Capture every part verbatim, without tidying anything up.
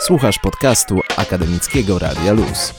Słuchasz podcastu Akademickiego Radia Luz.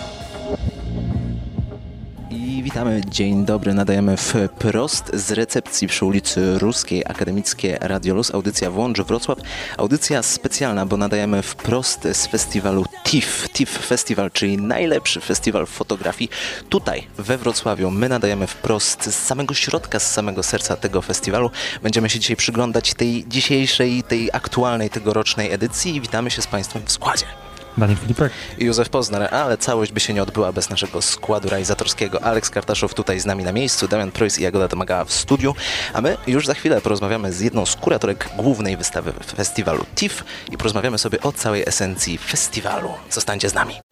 I witamy, dzień dobry, nadajemy wprost z recepcji przy ulicy Ruskiej, Akademickie Radio Luz, audycja Włącz Wrocław, audycja specjalna, bo nadajemy wprost z festiwalu TIFF, TIFF Festival, czyli najlepszy festiwal fotografii tutaj we Wrocławiu. My nadajemy wprost z samego środka, z samego serca tego festiwalu. Będziemy się dzisiaj przyglądać tej dzisiejszej, tej aktualnej, tegorocznej edycji i witamy się z Państwem w składzie. Daniel Filipek i Józef Poznar, ale całość by się nie odbyła bez naszego składu realizatorskiego. Aleks Kartaszow tutaj z nami na miejscu, Damian Preuss i Jagoda Domagała w studiu, a my już za chwilę porozmawiamy z jedną z kuratorek głównej wystawy festiwalu TIFF i porozmawiamy sobie o całej esencji festiwalu. Zostańcie z nami.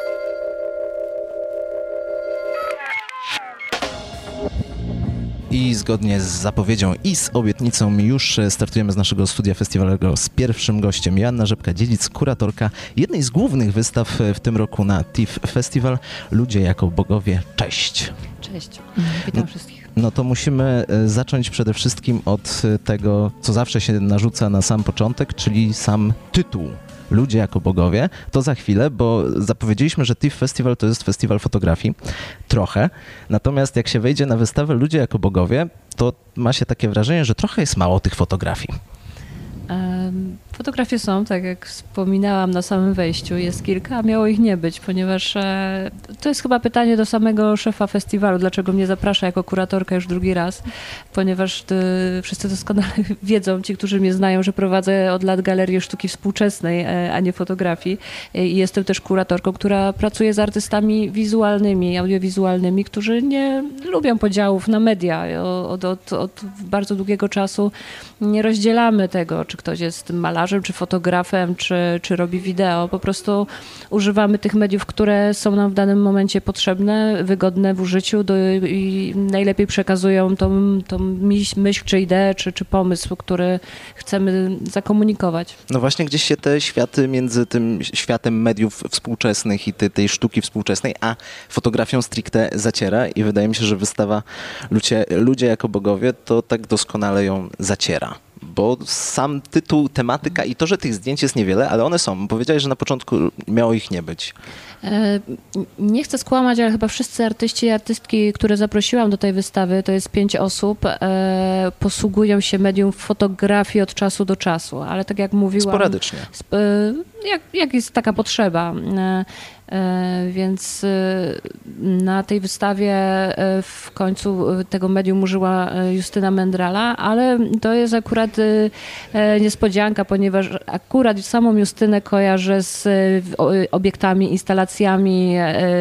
I zgodnie z zapowiedzią i z obietnicą już startujemy z naszego studia festiwalowego z pierwszym gościem. Joanna Rzepka-Dziedzic, kuratorka jednej z głównych wystaw w tym roku na TIFF Festival. Ludzie jako bogowie. Cześć. Cześć. Witam no, wszystkich. No to musimy zacząć przede wszystkim od tego, co zawsze się narzuca na sam początek, czyli sam tytuł. Ludzie jako bogowie, to za chwilę, bo zapowiedzieliśmy, że TIFF Festival to jest festiwal fotografii, trochę, natomiast jak się wejdzie na wystawę Ludzie jako bogowie, to ma się takie wrażenie, że trochę jest mało tych fotografii. Fotografie są, tak jak wspominałam na samym wejściu, jest kilka, a miało ich nie być, ponieważ e, to jest chyba pytanie do samego szefa festiwalu, dlaczego mnie zaprasza jako kuratorka już drugi raz, ponieważ e, wszyscy doskonale wiedzą, ci, którzy mnie znają, że prowadzę od lat galerię sztuki współczesnej, e, a nie fotografii e, i jestem też kuratorką, która pracuje z artystami wizualnymi, audiowizualnymi, którzy nie lubią podziałów na media. Od, od, od bardzo długiego czasu nie rozdzielamy tego, czy ktoś jest malarzem, czy fotografem, czy, czy robi wideo. Po prostu używamy tych mediów, które są nam w danym momencie potrzebne, wygodne w użyciu do, i najlepiej przekazują tą, tą myśl, czy ideę, czy, czy pomysł, który chcemy zakomunikować. No właśnie gdzieś się te światy między tym światem mediów współczesnych i tej, tej sztuki współczesnej, a fotografią stricte zaciera i wydaje mi się, że wystawa Ludzie, Ludzie jako bogowie to tak doskonale ją zaciera. Bo sam tytuł, tematyka i to, że tych zdjęć jest niewiele, ale one są. Powiedziałeś, że na początku miało ich nie być. Nie chcę skłamać, ale chyba wszyscy artyści i artystki, które zaprosiłam do tej wystawy, to jest pięć osób, posługują się medium fotografii od czasu do czasu, ale tak jak mówiłam... Sporadycznie. Jak, jak jest taka potrzeba. Więc na tej wystawie w końcu tego medium użyła Justyna Mędrala, ale to jest akurat niespodzianka, ponieważ akurat samą Justynę kojarzę z obiektami, instalacjami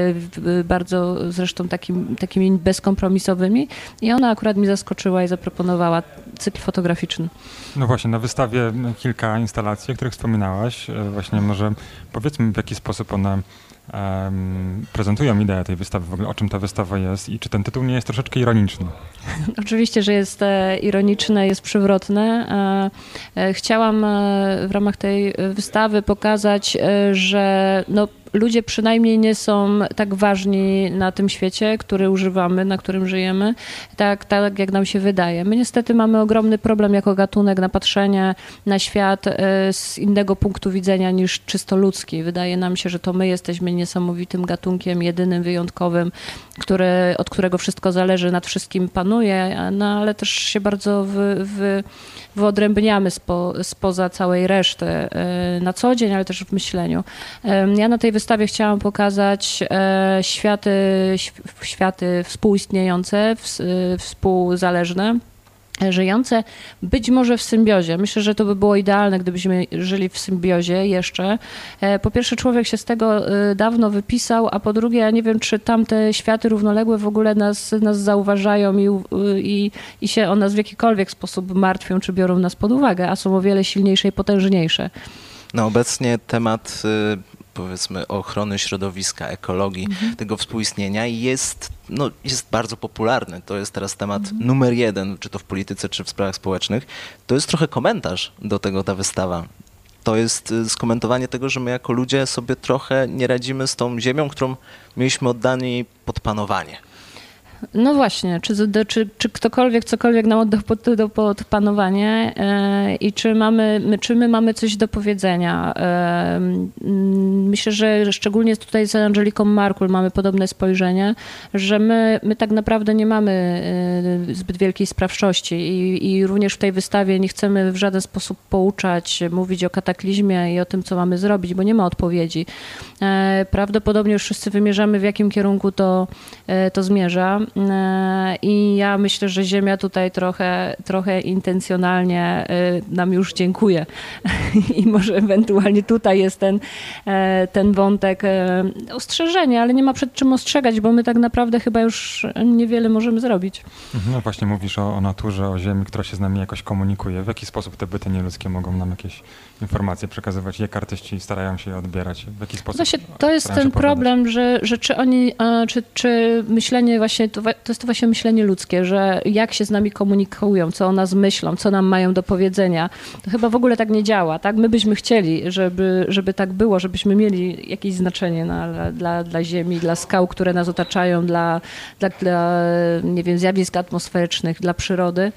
bardzo zresztą takim, takimi bezkompromisowymi i ona akurat mi zaskoczyła i zaproponowała cykl fotograficzny. No właśnie, na wystawie kilka instalacji, o których wspominałaś. Właśnie może powiedzmy, w jaki sposób one Um, prezentują ideę tej wystawy, w ogóle o czym ta wystawa jest i czy ten tytuł nie jest troszeczkę ironiczny? Oczywiście, że jest e, ironiczne, jest przewrotne. E, e, chciałam e, w ramach tej wystawy pokazać, e, że no, ludzie przynajmniej nie są tak ważni na tym świecie, który używamy, na którym żyjemy, tak, tak jak nam się wydaje. My niestety mamy ogromny problem jako gatunek na patrzenie na świat z innego punktu widzenia niż czysto ludzki. Wydaje nam się, że to my jesteśmy niesamowitym gatunkiem, jedynym, wyjątkowym, który, od którego wszystko zależy, nad wszystkim panuje, no ale też się bardzo wy, wy, wyodrębniamy spo, spoza całej reszty na co dzień, ale też w myśleniu. Ja na tej wystawie chciałam pokazać e, światy, światy współistniejące, w, współzależne, żyjące być może w symbiozie. Myślę, że to by było idealne, gdybyśmy żyli w symbiozie jeszcze. Po pierwsze, człowiek się z tego dawno wypisał, a po drugie, ja nie wiem, czy tamte światy równoległe w ogóle nas, nas zauważają i, i, i się o nas w jakikolwiek sposób martwią, czy biorą nas pod uwagę, a są o wiele silniejsze i potężniejsze. No obecnie temat powiedzmy ochrony środowiska, ekologii, mhm. tego współistnienia jest, no, jest bardzo popularny. To jest teraz temat mhm. numer jeden, czy to w polityce, czy w sprawach społecznych. To jest trochę komentarz do tego ta wystawa. To jest skomentowanie tego, że my jako ludzie sobie trochę nie radzimy z tą ziemią, którą mieliśmy oddani pod panowanie. No właśnie, czy, czy, czy ktokolwiek cokolwiek nam oddał pod, do podpanowanie e, i czy, mamy, my, czy my mamy coś do powiedzenia. E, myślę, że szczególnie tutaj z Angeliką Markul mamy podobne spojrzenie, że my, my tak naprawdę nie mamy e, zbyt wielkiej sprawczości i, i również w tej wystawie nie chcemy w żaden sposób pouczać, mówić o kataklizmie i o tym, co mamy zrobić, bo nie ma odpowiedzi. E, prawdopodobnie już wszyscy wymierzamy, w jakim kierunku to, e, to zmierza. I ja myślę, że Ziemia tutaj trochę, trochę intencjonalnie nam już dziękuję. I może ewentualnie tutaj jest ten, ten wątek ostrzeżenia, ale nie ma przed czym ostrzegać, bo my tak naprawdę chyba już niewiele możemy zrobić. No właśnie mówisz o, o naturze, o Ziemi, która się z nami jakoś komunikuje. W jaki sposób te byty nieludzkie mogą nam jakieś informacje przekazywać? Jak artyści starają się je odbierać? W jaki sposób? Właśnie, to jest ten problem, że, że czy oni, czy, czy myślenie właśnie, to, to jest to właśnie myślenie ludzkie, że jak się z nami komunikują, co o nas myślą, co nam mają do powiedzenia. To chyba w ogóle tak nie działa, tak? My byśmy chcieli, żeby, żeby tak było, żebyśmy mieli jakieś znaczenie na, dla, dla Ziemi, dla skał, które nas otaczają, dla, dla, dla nie wiem, zjawisk atmosferycznych, dla przyrody.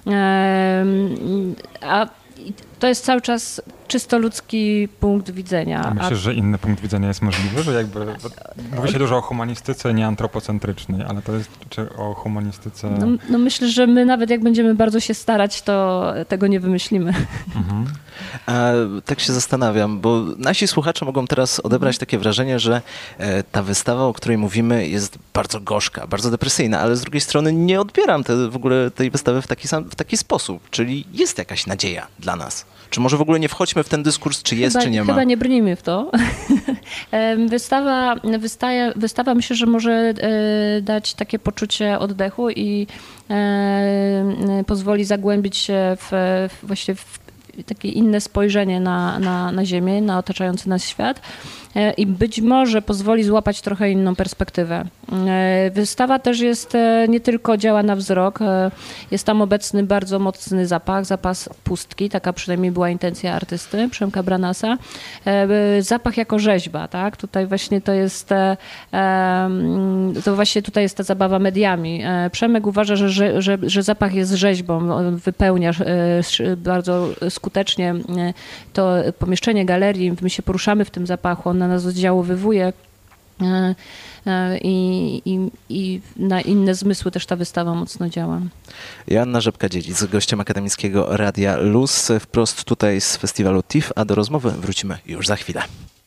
A to jest cały czas czysto ludzki punkt widzenia. A myślisz, że inny punkt widzenia jest możliwy? Że jakby, mówi się dużo o humanistyce nie antropocentrycznej, ale to jest czy o humanistyce... No, no myślę, że my nawet jak będziemy bardzo się starać, to tego nie wymyślimy. Mhm. A tak się zastanawiam, bo nasi słuchacze mogą teraz odebrać takie wrażenie, że ta wystawa, o której mówimy, jest bardzo gorzka, bardzo depresyjna, ale z drugiej strony nie odbieram te, w ogóle tej wystawy w taki, sam, w taki sposób, czyli jest jakaś nadzieja dla nas. Czy może w ogóle nie wchodźmy w ten dyskurs, czy jest, chyba, czy nie ma? Chyba nie brnijmy w to. Wystawa, wystaje, wystawa myślę, że może dać takie poczucie oddechu i pozwoli zagłębić się w, właśnie w takie inne spojrzenie na, na, na Ziemię, na otaczający nas świat i być może pozwoli złapać trochę inną perspektywę. Wystawa też jest, nie tylko działa na wzrok, jest tam obecny bardzo mocny zapach, zapach pustki, taka przynajmniej była intencja artysty Przemka Branasa. Zapach jako rzeźba, tak? Tutaj właśnie to jest, to właśnie tutaj jest ta zabawa mediami. Przemek uważa, że, że, że, że zapach jest rzeźbą, on wypełnia bardzo skutecznie to pomieszczenie galerii, my się poruszamy w tym zapachu, on na nas oddziaływuje i, i, i na inne zmysły też ta wystawa mocno działa. Joanna Rzepka-Dziedzic, gościem akademickiego Radia Luz, wprost tutaj z festiwalu T I F, a do rozmowy wrócimy już za chwilę.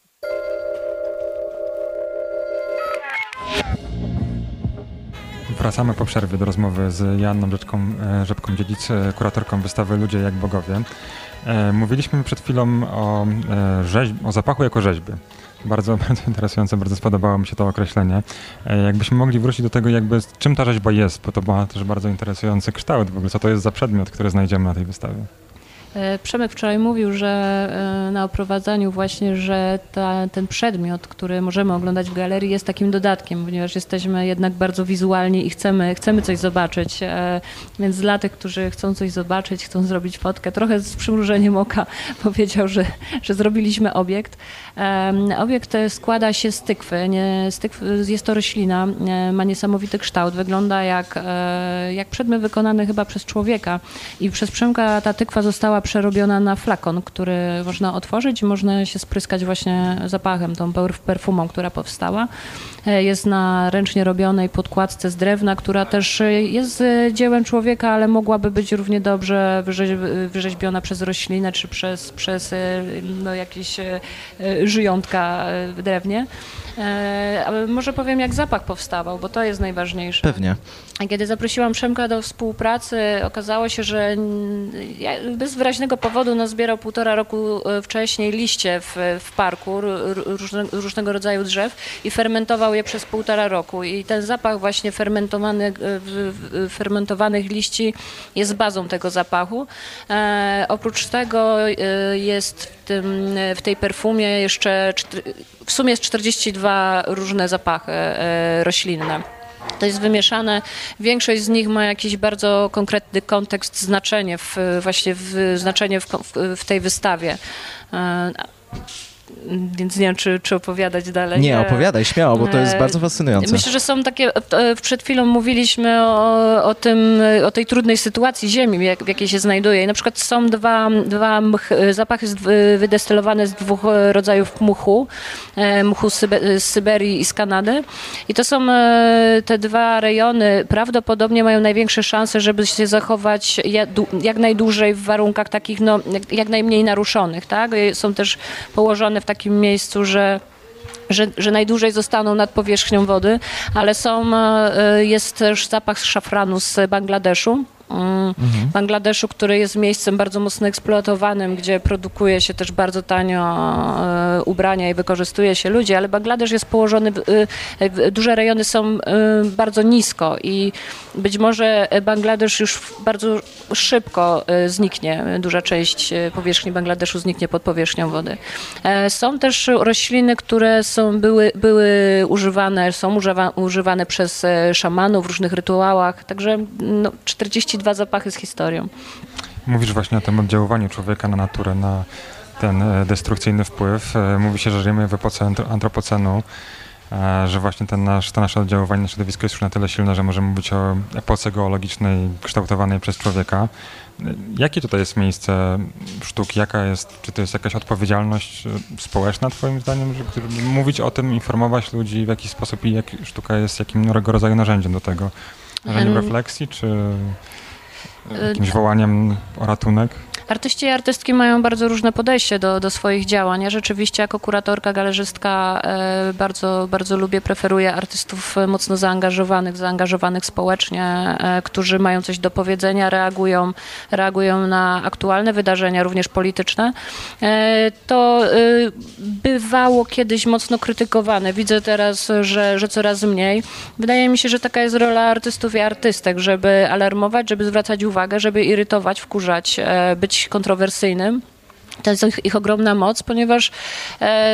Wracamy po przerwie do rozmowy z Joanną Rzepką-Dziedzic, kuratorką wystawy Ludzie jak bogowie. Mówiliśmy przed chwilą o, rzeźb, o zapachu jako rzeźby. Bardzo, bardzo interesujące, bardzo spodobało mi się to określenie. Jakbyśmy mogli wrócić do tego, jakby czym ta rzeźba jest, bo to ma też bardzo interesujący kształt w ogóle. Co to jest za przedmiot, który znajdziemy na tej wystawie? Przemek wczoraj mówił, że na oprowadzaniu właśnie, że ta, ten przedmiot, który możemy oglądać w galerii, jest takim dodatkiem, ponieważ jesteśmy jednak bardzo wizualni i chcemy, chcemy coś zobaczyć. Więc dla tych, którzy chcą coś zobaczyć, chcą zrobić fotkę, trochę z przymrużeniem oka powiedział, że, że zrobiliśmy obiekt. Obiekt składa się z tykwy. Nie, z tykwy jest to roślina, ma niesamowity kształt, wygląda jak, jak przedmiot wykonany chyba przez człowieka i przez Przemka ta tykwa została przerobiona na flakon, który można otworzyć i można się spryskać właśnie zapachem, tą perfumą, która powstała. Jest na ręcznie robionej podkładce z drewna, która też jest dziełem człowieka, ale mogłaby być równie dobrze wyrzeźbiona przez roślinę czy przez, przez no, jakieś żyjątka w drewnie. Ale może powiem, jak zapach powstawał, bo to jest najważniejsze. Pewnie. Kiedy zaprosiłam Przemka do współpracy, okazało się, że bez wyraźnego powodu nazbierał półtora roku wcześniej liście w, w parku różne, różnego rodzaju drzew i fermentował je przez półtora roku. I ten zapach właśnie fermentowanych, fermentowanych liści jest bazą tego zapachu. E, oprócz tego jest w, tym, w tej perfumie jeszcze, w sumie jest czterdzieści dwa różne zapachy e, roślinne. To jest wymieszane. Większość z nich ma jakiś bardzo konkretny kontekst, znaczenie w, właśnie w, znaczenie w, w, w tej wystawie. więc nie wiem, czy, czy opowiadać dalej. Nie, opowiadaj, śmiało, bo to jest bardzo fascynujące. Myślę, że są takie, przed chwilą mówiliśmy o, o tym, o tej trudnej sytuacji ziemi, jak, w jakiej się znajduje. I na przykład są dwa, dwa mch, zapachy wydestylowane z dwóch rodzajów mchu, mchu z Syberii i z Kanady. I to są te dwa rejony, prawdopodobnie mają największe szanse, żeby się zachować jak najdłużej w warunkach takich, no, jak, jak najmniej naruszonych, tak? Są też położone w takim miejscu, że Że, że najdłużej zostaną nad powierzchnią wody, ale są, jest też zapach szafranu z Bangladeszu. Mhm. Bangladeszu, który jest miejscem bardzo mocno eksploatowanym, gdzie produkuje się też bardzo tanio e, ubrania i wykorzystuje się ludzi, ale Bangladesz jest położony, e, duże rejony są e, bardzo nisko i być może Bangladesz już bardzo szybko e, zniknie, duża część powierzchni Bangladeszu zniknie pod powierzchnią wody. E, są też rośliny, które są, były, były używane, są używa, używane przez szamanów w różnych rytuałach, także no, czterdzieści dwa zapachy z historią. Mówisz właśnie o tym oddziaływaniu człowieka na naturę, na ten destrukcyjny wpływ. Mówi się, że żyjemy w epoce antropocenu, że właśnie ten nasz, to nasze oddziaływanie na środowisko jest już na tyle silne, że możemy mówić o epoce geologicznej kształtowanej przez człowieka. Jakie tutaj jest miejsce sztuki? Jaka jest, czy to jest jakaś odpowiedzialność społeczna twoim zdaniem, żeby mówić o tym, informować ludzi w jakiś sposób i jak sztuka jest jakiego rodzaju narzędziem do tego? Narzędziem refleksji, czy jakimś wołaniem o ratunek? Artyści i artystki mają bardzo różne podejście do, do swoich działań. Ja rzeczywiście jako kuratorka, galerzystka e, bardzo, bardzo lubię, preferuję artystów mocno zaangażowanych, zaangażowanych społecznie, e, którzy mają coś do powiedzenia, reagują, reagują na aktualne wydarzenia, również polityczne. E, to e, bywało kiedyś mocno krytykowane. Widzę teraz, że, że coraz mniej. Wydaje mi się, że taka jest rola artystów i artystek, żeby alarmować, żeby zwracać uwagę, żeby irytować, wkurzać, e, być kontrowersyjnym. To jest ich, ich ogromna moc, ponieważ e, e,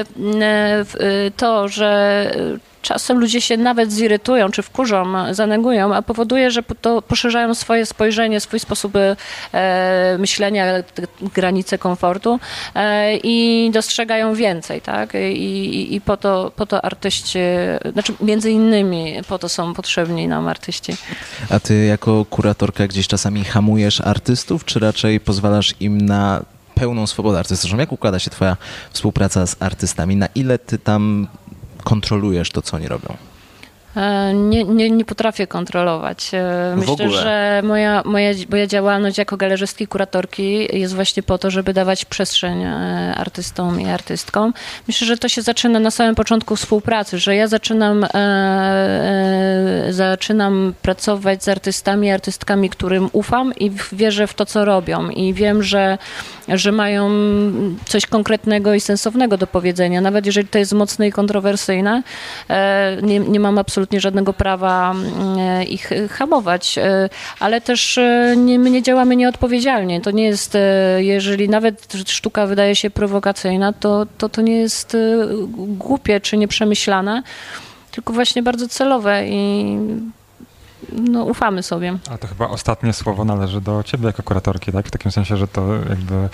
to, że czasem ludzie się nawet zirytują, czy wkurzą, zanegują, a powoduje, że to poszerzają swoje spojrzenie, swój sposób e, myślenia, granice komfortu e, i dostrzegają więcej, tak? I, i, i po, to, po to artyści, znaczy między innymi po to są potrzebni nam artyści. A ty jako kuratorka gdzieś czasami hamujesz artystów, czy raczej pozwalasz im na pełną swobodę artystyczną? Jak układa się twoja współpraca z artystami? Na ile ty tam kontrolujesz to, co oni robią? Nie, nie, nie potrafię kontrolować. Myślę, że moja, moja, moja działalność jako galerzystki, kuratorki jest właśnie po to, żeby dawać przestrzeń artystom i artystkom. Myślę, że to się zaczyna na samym początku współpracy, że ja zaczynam, e, e, zaczynam pracować z artystami i artystkami, którym ufam i wierzę w to, co robią i wiem, że, że mają coś konkretnego i sensownego do powiedzenia, nawet jeżeli to jest mocne i kontrowersyjne. E, nie, nie mam absolutnie żadnego prawa ich hamować, ale też nie, my nie działamy nieodpowiedzialnie. To nie jest, jeżeli nawet sztuka wydaje się prowokacyjna, to to, to nie jest głupie czy nieprzemyślane, tylko właśnie bardzo celowe i no, ufamy sobie. A to chyba ostatnie słowo należy do ciebie jako kuratorki, tak? W takim sensie, że to jakby um,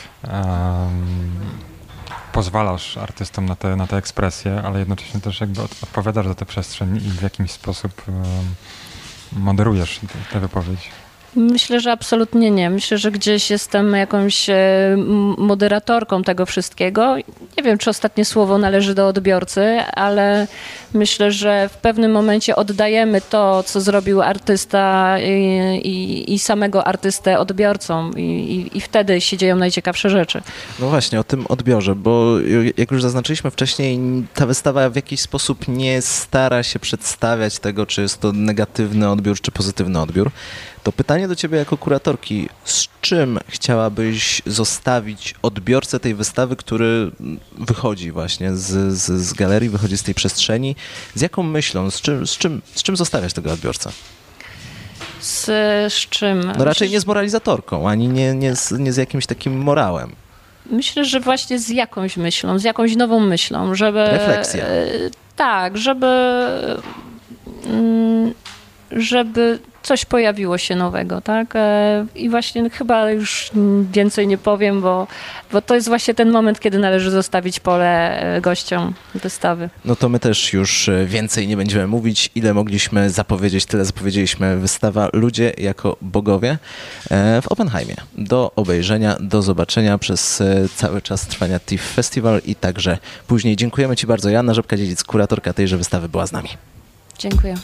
pozwalasz artystom na te, na te ekspresje, ale jednocześnie też jakby odpowiadasz za tę przestrzeń i w jakiś sposób um, moderujesz tę wypowiedź. Myślę, że absolutnie nie. Myślę, że gdzieś jestem jakąś moderatorką tego wszystkiego. Nie wiem, czy ostatnie słowo należy do odbiorcy, ale myślę, że w pewnym momencie oddajemy to, co zrobił artysta i, i, i samego artystę odbiorcom i, i, i wtedy się dzieją najciekawsze rzeczy. No właśnie, o tym odbiorze, bo jak już zaznaczyliśmy wcześniej, ta wystawa w jakiś sposób nie stara się przedstawiać tego, czy jest to negatywny odbiór, czy pozytywny odbiór. To pytanie do ciebie jako kuratorki, z czym chciałabyś zostawić odbiorcę tej wystawy, który wychodzi właśnie z, z, z galerii, wychodzi z tej przestrzeni? Z jaką myślą, z czym, z czym, z czym zostawiać tego odbiorcę? Z, z czym? No raczej nie z moralizatorką, ani nie, nie, z, nie z jakimś takim morałem. Myślę, że właśnie z jakąś myślą, z jakąś nową myślą, żeby... Refleksja. Tak, żeby... Mm, żeby coś pojawiło się nowego, tak? I właśnie chyba już więcej nie powiem, bo, bo to jest właśnie ten moment, kiedy należy zostawić pole gościom wystawy. No to my też już więcej nie będziemy mówić. Ile mogliśmy zapowiedzieć, tyle zapowiedzieliśmy. Wystawa Ludzie jako bogowie w Oppenheimie. Do obejrzenia, do zobaczenia przez cały czas trwania TIFF Festival i także później. Dziękujemy Ci bardzo. Joanna Rzepka-Dziedzic, kuratorka tejże wystawy, była z nami. Dziękuję.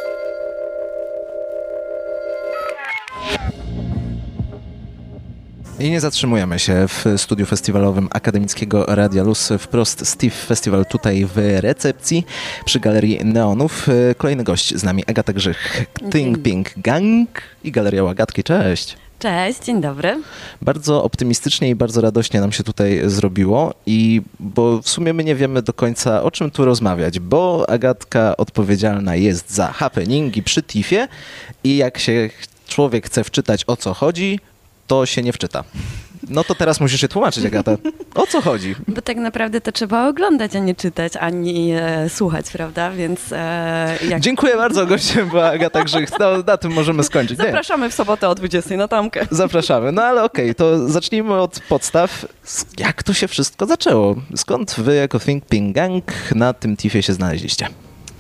I nie zatrzymujemy się w studiu festiwalowym Akademickiego Radia Luz, wprost z TIFF Festival tutaj w recepcji przy Galerii Neonów. Kolejny gość z nami, Agata Grzych, Think Pink Gang i Galeria Łagatki. Cześć! Cześć, dzień dobry. Bardzo optymistycznie i bardzo radośnie nam się tutaj zrobiło i bo w sumie my nie wiemy do końca, o czym tu rozmawiać, bo Agatka odpowiedzialna jest za happeningi przy TIFFie i jak się człowiek chce wczytać, o co chodzi, to się nie wczyta. No to teraz musisz się tłumaczyć, Agata. O co chodzi? Bo tak naprawdę to trzeba oglądać, a nie czytać, ani e, słuchać, prawda? Więc e, jak... Dziękuję bardzo, gościem była Agata Grzych. No, na tym możemy skończyć. Nie. Zapraszamy w sobotę o dwudziestej na tamkę. Zapraszamy. No ale okej, okay, to zacznijmy od podstaw. Jak to się wszystko zaczęło? Skąd wy jako Think Pink Gang na tym TIFFie się znaleźliście?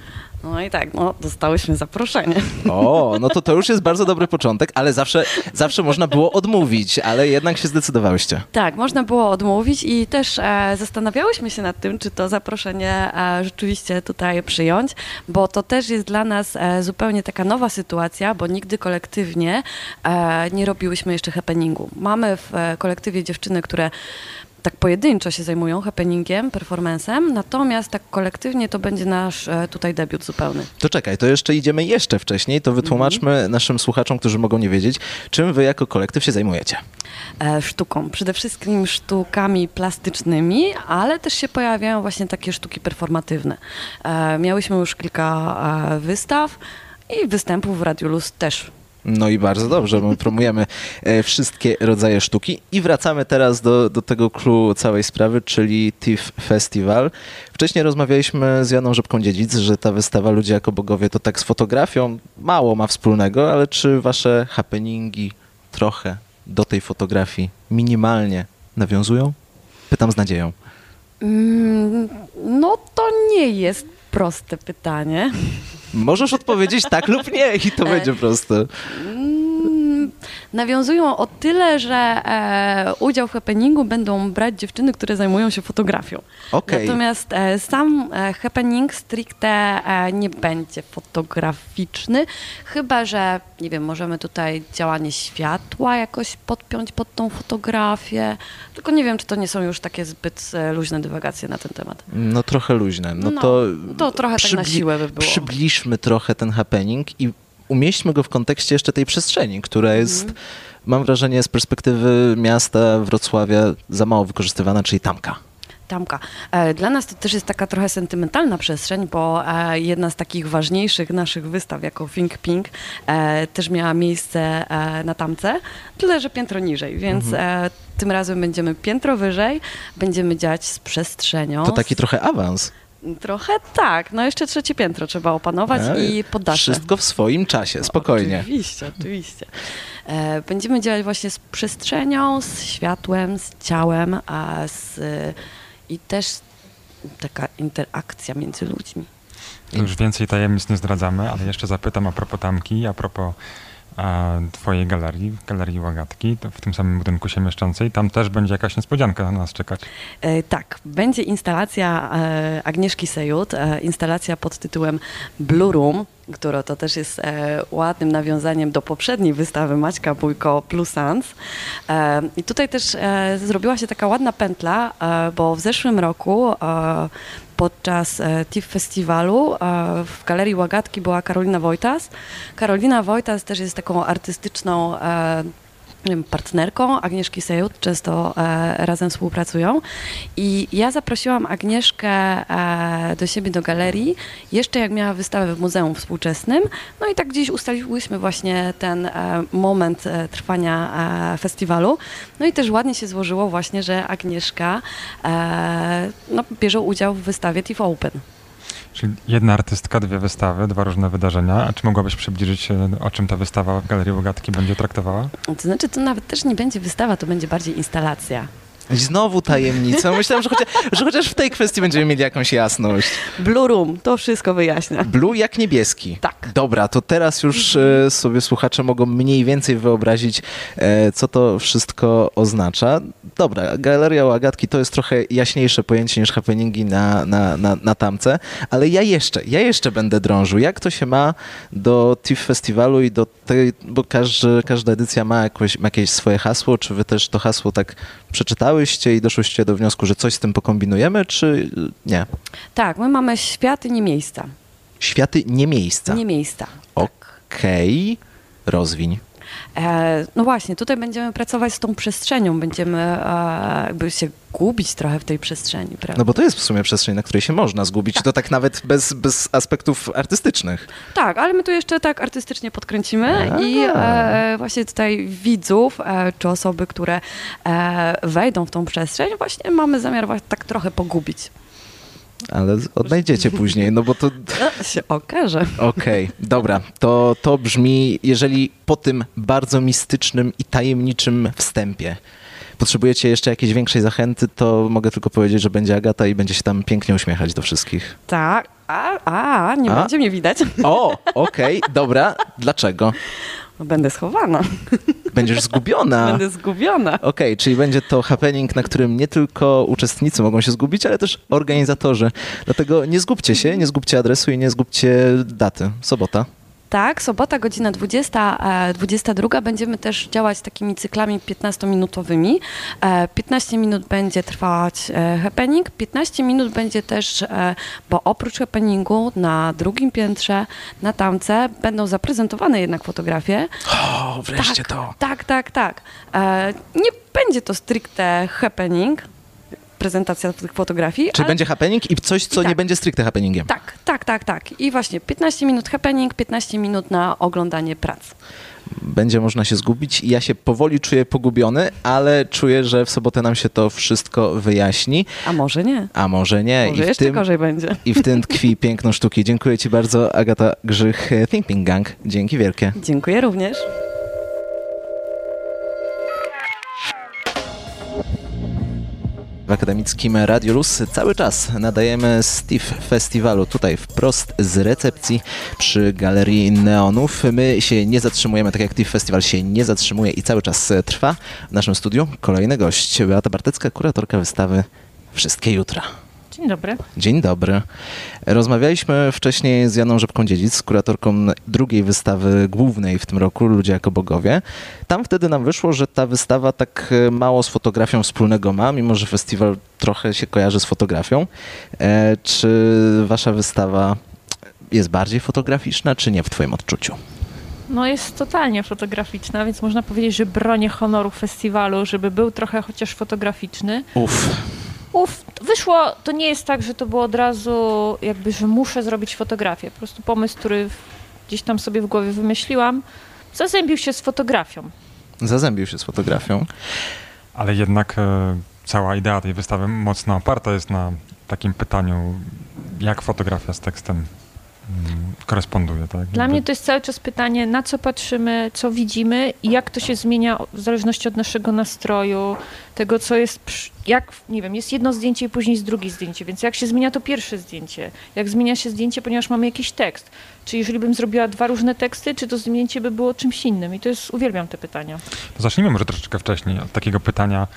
No i tak, no, dostałyśmy zaproszenie. O, no to to już jest bardzo dobry początek, ale zawsze, zawsze można było odmówić, ale jednak się zdecydowałyście. Tak, można było odmówić i też e, zastanawiałyśmy się nad tym, czy to zaproszenie e, rzeczywiście tutaj przyjąć, bo to też jest dla nas e, zupełnie taka nowa sytuacja, bo nigdy kolektywnie e, nie robiłyśmy jeszcze happeningu. Mamy w e, kolektywie dziewczyny, które tak pojedynczo się zajmują happeningiem, performancem, natomiast tak kolektywnie to będzie nasz e, tutaj debiut zupełny. To czekaj, to jeszcze idziemy jeszcze wcześniej, to wytłumaczmy mm. naszym słuchaczom, którzy mogą nie wiedzieć, czym wy jako kolektyw się zajmujecie. E, sztuką, przede wszystkim sztukami plastycznymi, ale też się pojawiają właśnie takie sztuki performatywne. E, miałyśmy już kilka e, wystaw i występów w Radiu Luz też. No i bardzo dobrze, bo my promujemy e, wszystkie rodzaje sztuki i wracamy teraz do, do tego clou całej sprawy, czyli TIFF Festival. Wcześniej rozmawialiśmy z Joanną Rzepką-Dziedzic, że ta wystawa Ludzie jako bogowie to tak z fotografią mało ma wspólnego, ale czy wasze happeningi trochę do tej fotografii minimalnie nawiązują? Pytam z nadzieją. Mm, no to nie jest proste pytanie. Możesz odpowiedzieć tak lub nie i to będzie proste. Nawiązują o tyle, że e, udział w happeningu będą brać dziewczyny, które zajmują się fotografią. Okay. Natomiast e, sam e, happening stricte e, nie będzie fotograficzny, chyba że, nie wiem, możemy tutaj działanie światła jakoś podpiąć pod tą fotografię, tylko nie wiem, czy to nie są już takie zbyt e, luźne dywagacje na ten temat. No trochę luźne. No, no to, to trochę przybli- tak na siłę by było. Przybliżmy trochę ten happening i umieśćmy go w kontekście jeszcze tej przestrzeni, która jest, mm. mam wrażenie, z perspektywy miasta Wrocławia za mało wykorzystywana, czyli Tamka. Tamka. Dla nas to też jest taka trochę sentymentalna przestrzeń, bo jedna z takich ważniejszych naszych wystaw jako Think Pink też miała miejsce na Tamce, tyle że piętro niżej, więc mhm. tym razem będziemy piętro wyżej, będziemy działać z przestrzenią. To taki trochę awans. Trochę tak, no jeszcze trzecie piętro trzeba opanować e, i poddasze. Wszystko w swoim czasie, spokojnie. No, oczywiście, oczywiście. E, będziemy działać właśnie z przestrzenią, z światłem, z ciałem, a z, i też taka interakcja między ludźmi. To już więcej tajemnic nie zdradzamy, ale jeszcze zapytam a propos Tamki, a propos a, twojej galerii, Galerii Łagatki, to w tym samym budynku się mieszczącej. Tam też będzie jakaś niespodzianka na nas czekać. E, tak, będzie instalacja e, Agnieszki Sejut, e, instalacja pod tytułem Blue Room, która to też jest e, ładnym nawiązaniem do poprzedniej wystawy Maćka Bójko Plus Sans. E, I tutaj też e, zrobiła się taka ładna pętla, e, bo w zeszłym roku e, podczas e, TIFF Festiwalu e, w Galerii Łagatki była Karolina Wojtas. Karolina Wojtas też jest taką artystyczną e, partnerką Agnieszki Sejut, często e, razem współpracują i ja zaprosiłam Agnieszkę e, do siebie do galerii, jeszcze jak miała wystawę w Muzeum Współczesnym, no i tak gdzieś ustaliłyśmy właśnie ten e, moment e, trwania e, festiwalu, no i też ładnie się złożyło właśnie, że Agnieszka e, no, bierze udział w wystawie TIFF Open. Czyli jedna artystka, dwie wystawy, dwa różne wydarzenia. A czy mogłabyś przybliżyć, o czym ta wystawa w Galerii Łogatki będzie traktowała? To znaczy, to nawet też nie będzie wystawa, to będzie bardziej instalacja. I znowu tajemnica. Myślałem, że chociaż, że chociaż w tej kwestii będziemy mieli jakąś jasność. Blue Room, to wszystko wyjaśnia. Blue jak niebieski. Tak. Dobra, to teraz już e, sobie słuchacze mogą mniej więcej wyobrazić, e, co to wszystko oznacza. Dobra, Galeria Łagatki to jest trochę jaśniejsze pojęcie niż happeningi na, na, na, na tamce, ale ja jeszcze, ja jeszcze będę drążył. Jak to się ma do TIFF Festiwalu i do tej, bo każdy, każda edycja ma jakoś, ma jakieś swoje hasło, czy wy też to hasło tak przeczytałyście i doszłyście do wniosku, że coś z tym pokombinujemy, czy nie? Tak, my mamy światy, nie miejsca. Światy, nie miejsca. Nie miejsca. Okej, rozwiń. E, no właśnie, tutaj będziemy pracować z tą przestrzenią, będziemy e, jakby się gubić trochę w tej przestrzeni, prawda? No bo to jest w sumie przestrzeń, na której się można zgubić, tak. To tak nawet bez, bez aspektów artystycznych. Tak, ale my tu jeszcze tak artystycznie podkręcimy A. i e, właśnie tutaj widzów, e, czy osoby, które e, wejdą w tą przestrzeń, właśnie mamy zamiar właśnie tak trochę pogubić. Ale odnajdziecie później, no bo to... No, się okaże. Okej, okay, dobra, to, to brzmi, jeżeli po tym bardzo mistycznym i tajemniczym wstępie potrzebujecie jeszcze jakiejś większej zachęty, to mogę tylko powiedzieć, że będzie Agata i będzie się tam pięknie uśmiechać do wszystkich. Tak, a, a nie a? będzie mnie widać. O, okej, okay, dobra, dlaczego? Będę schowana. Będziesz zgubiona. Będę zgubiona. Okej, okay, czyli będzie to happening, na którym nie tylko uczestnicy mogą się zgubić, ale też organizatorzy. Dlatego nie zgubcie się, nie zgubcie adresu i nie zgubcie daty. Sobota. Tak, sobota, godzina dwudziesta, dwudziesta druga. Będziemy też działać takimi cyklami piętnastominutowymi. piętnaście minut będzie trwać happening, piętnaście minut będzie też, bo oprócz happeningu na drugim piętrze, na tamce będą zaprezentowane jednak fotografie. O, wreszcie tak, to. Tak, tak, tak. Nie będzie to stricte happening, prezentacja tych fotografii. Czy ale... będzie happening i coś, co tak. nie będzie stricte happeningiem. Tak, tak, tak, tak. I właśnie piętnaście minut happening, piętnaście minut na oglądanie prac. Będzie można się zgubić. Ja się powoli czuję pogubiony, ale czuję, że w sobotę nam się to wszystko wyjaśni. A może nie. A może nie. Może I w jeszcze tym, gorzej będzie. I w tym tkwi piękno sztuki. Dziękuję ci bardzo, Agata Grzych, Think Pink Gang. Dzięki wielkie. Dziękuję również. W akademickim Radio Luz cały czas nadajemy z TIFF Festiwalu tutaj wprost z recepcji przy Galerii Neonów. My się nie zatrzymujemy, tak jak TIFF Festiwal się nie zatrzymuje i cały czas trwa. W naszym studiu kolejny gość, Beata Bartecka, kuratorka wystawy Wszystkie Jutra. Dzień dobry. Dzień dobry. Rozmawialiśmy wcześniej z Janą Rzepką-Dziedzic, kuratorką drugiej wystawy głównej w tym roku, Ludzie jako bogowie. Tam wtedy nam wyszło, że ta wystawa tak mało z fotografią wspólnego ma, mimo że festiwal trochę się kojarzy z fotografią. E, czy wasza wystawa jest bardziej fotograficzna, czy nie w twoim odczuciu? No jest totalnie fotograficzna, więc można powiedzieć, że bronię honoru festiwalu, żeby był trochę chociaż fotograficzny. Uff. Uf, wyszło, to nie jest tak, że to było od razu jakby, że muszę zrobić fotografię. Po prostu pomysł, który gdzieś tam sobie w głowie wymyśliłam, zazębił się z fotografią. Zazębił się z fotografią. Ale jednak e, cała idea tej wystawy mocno oparta jest na takim pytaniu, jak fotografia z tekstem koresponduje, tak? Dla mnie to jest cały czas pytanie, na co patrzymy, co widzimy i jak to się zmienia w zależności od naszego nastroju, tego, co jest, jak, nie wiem, jest jedno zdjęcie i później jest drugie zdjęcie, więc jak się zmienia to pierwsze zdjęcie, jak zmienia się zdjęcie, ponieważ mamy jakiś tekst. Czy jeżeli bym zrobiła dwa różne teksty, czy to zdjęcie by było czymś innym? I to jest, uwielbiam te pytania. To zacznijmy może troszeczkę wcześniej od takiego pytania,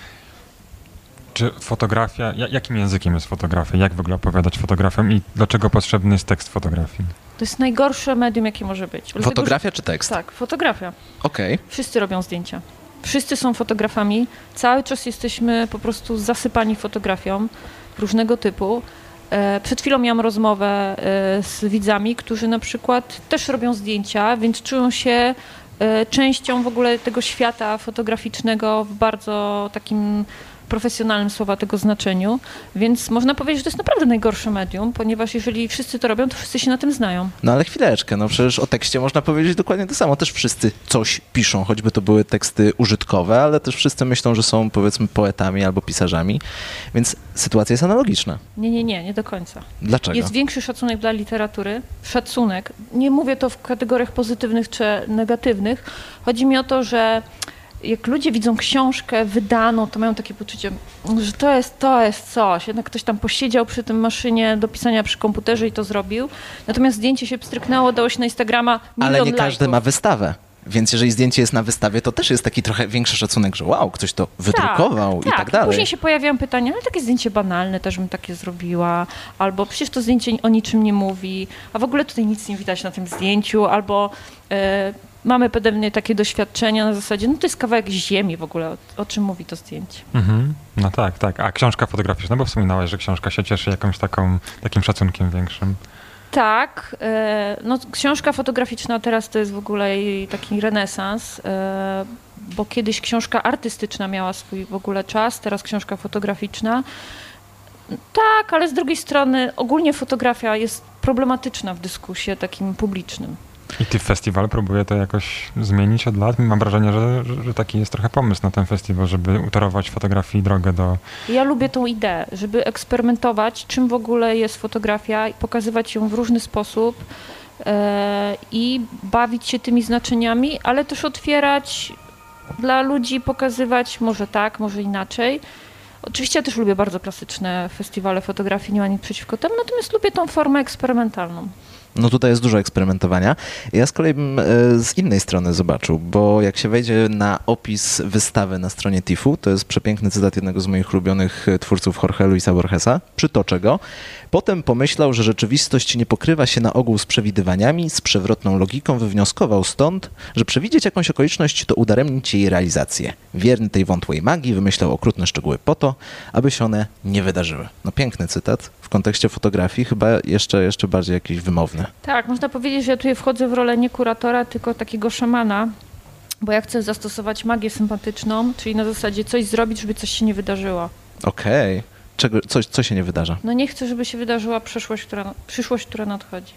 czy fotografia, jakim językiem jest fotografia? Jak w ogóle opowiadać fotografią i dlaczego potrzebny jest tekst fotografii? To jest najgorsze medium, jakie może być. Fotografia Dlatego, czy tekst? Tak, fotografia. Okej. Okay. Wszyscy robią zdjęcia. Wszyscy są fotografami. Cały czas jesteśmy po prostu zasypani fotografią różnego typu. Przed chwilą miałam rozmowę z widzami, którzy na przykład też robią zdjęcia, więc czują się częścią w ogóle tego świata fotograficznego w bardzo takim profesjonalnym słowa tego znaczeniu, więc można powiedzieć, że to jest naprawdę najgorsze medium, ponieważ jeżeli wszyscy to robią, to wszyscy się na tym znają. No ale chwileczkę, no przecież o tekście można powiedzieć dokładnie to samo. Też wszyscy coś piszą, choćby to były teksty użytkowe, ale też wszyscy myślą, że są powiedzmy poetami albo pisarzami, więc sytuacja jest analogiczna. Nie, nie, nie, nie do końca. Dlaczego? Jest większy szacunek dla literatury. Szacunek. Nie mówię to w kategoriach pozytywnych czy negatywnych. Chodzi mi o to, że jak ludzie widzą książkę wydaną, to mają takie poczucie, że to jest, to jest coś. Jednak ktoś tam posiedział przy tym maszynie do pisania przy komputerze i to zrobił. Natomiast zdjęcie się pstryknęło, dało się na Instagrama milion Ale nie każdy lajków. ma wystawę. Więc jeżeli zdjęcie jest na wystawie, to też jest taki trochę większy szacunek, że wow, ktoś to wydrukował tak, i tak, tak dalej. Później się pojawiają pytania, ale takie zdjęcie banalne też bym takie zrobiła, albo przecież to zdjęcie o niczym nie mówi, a w ogóle tutaj nic nie widać na tym zdjęciu, albo e, mamy pewne takie doświadczenia na zasadzie, no to jest kawałek ziemi w ogóle, o, o czym mówi to zdjęcie. Mhm. No tak, tak. A książka fotograficzna, bo wspominałaś, że książka się cieszy jakimś taką, takim szacunkiem większym. Tak, e, no książka fotograficzna teraz to jest w ogóle jej taki renesans, e, bo kiedyś książka artystyczna miała swój w ogóle czas, teraz książka fotograficzna. Tak, ale z drugiej strony ogólnie fotografia jest problematyczna w dyskursie takim publicznym. I ty festiwal próbuje to jakoś zmienić od lat? Mam wrażenie, że, że, że taki jest trochę pomysł na ten festiwal, żeby utorować fotografii drogę do... Ja lubię tą ideę, żeby eksperymentować, czym w ogóle jest fotografia i pokazywać ją w różny sposób e, i bawić się tymi znaczeniami, ale też otwierać dla ludzi, pokazywać może tak, może inaczej. Oczywiście ja też lubię bardzo klasyczne festiwale fotografii, nie ma nic przeciwko temu, natomiast lubię tą formę eksperymentalną. No tutaj jest dużo eksperymentowania. Ja z kolei bym z innej strony zobaczył, bo jak się wejdzie na opis wystawy na stronie tifu, to jest przepiękny cytat jednego z moich ulubionych twórców Jorge Luisa Borgesa, przytoczę go. Potem pomyślał, że rzeczywistość nie pokrywa się na ogół z przewidywaniami, z przewrotną logiką, wywnioskował stąd, że przewidzieć jakąś okoliczność to udaremnić jej realizację. Wierny tej wątłej magii wymyślał okrutne szczegóły po to, aby się one nie wydarzyły. No piękny cytat, w kontekście fotografii chyba jeszcze, jeszcze bardziej jakiś wymowny. Tak, można powiedzieć, że ja tutaj wchodzę w rolę nie kuratora, tylko takiego szamana, bo ja chcę zastosować magię sympatyczną, czyli na zasadzie coś zrobić, żeby coś się nie wydarzyło. Okej. Okay. Czego, coś, co się nie wydarza? No nie chcę, żeby się wydarzyła przyszłość, która, przyszłość, która nadchodzi.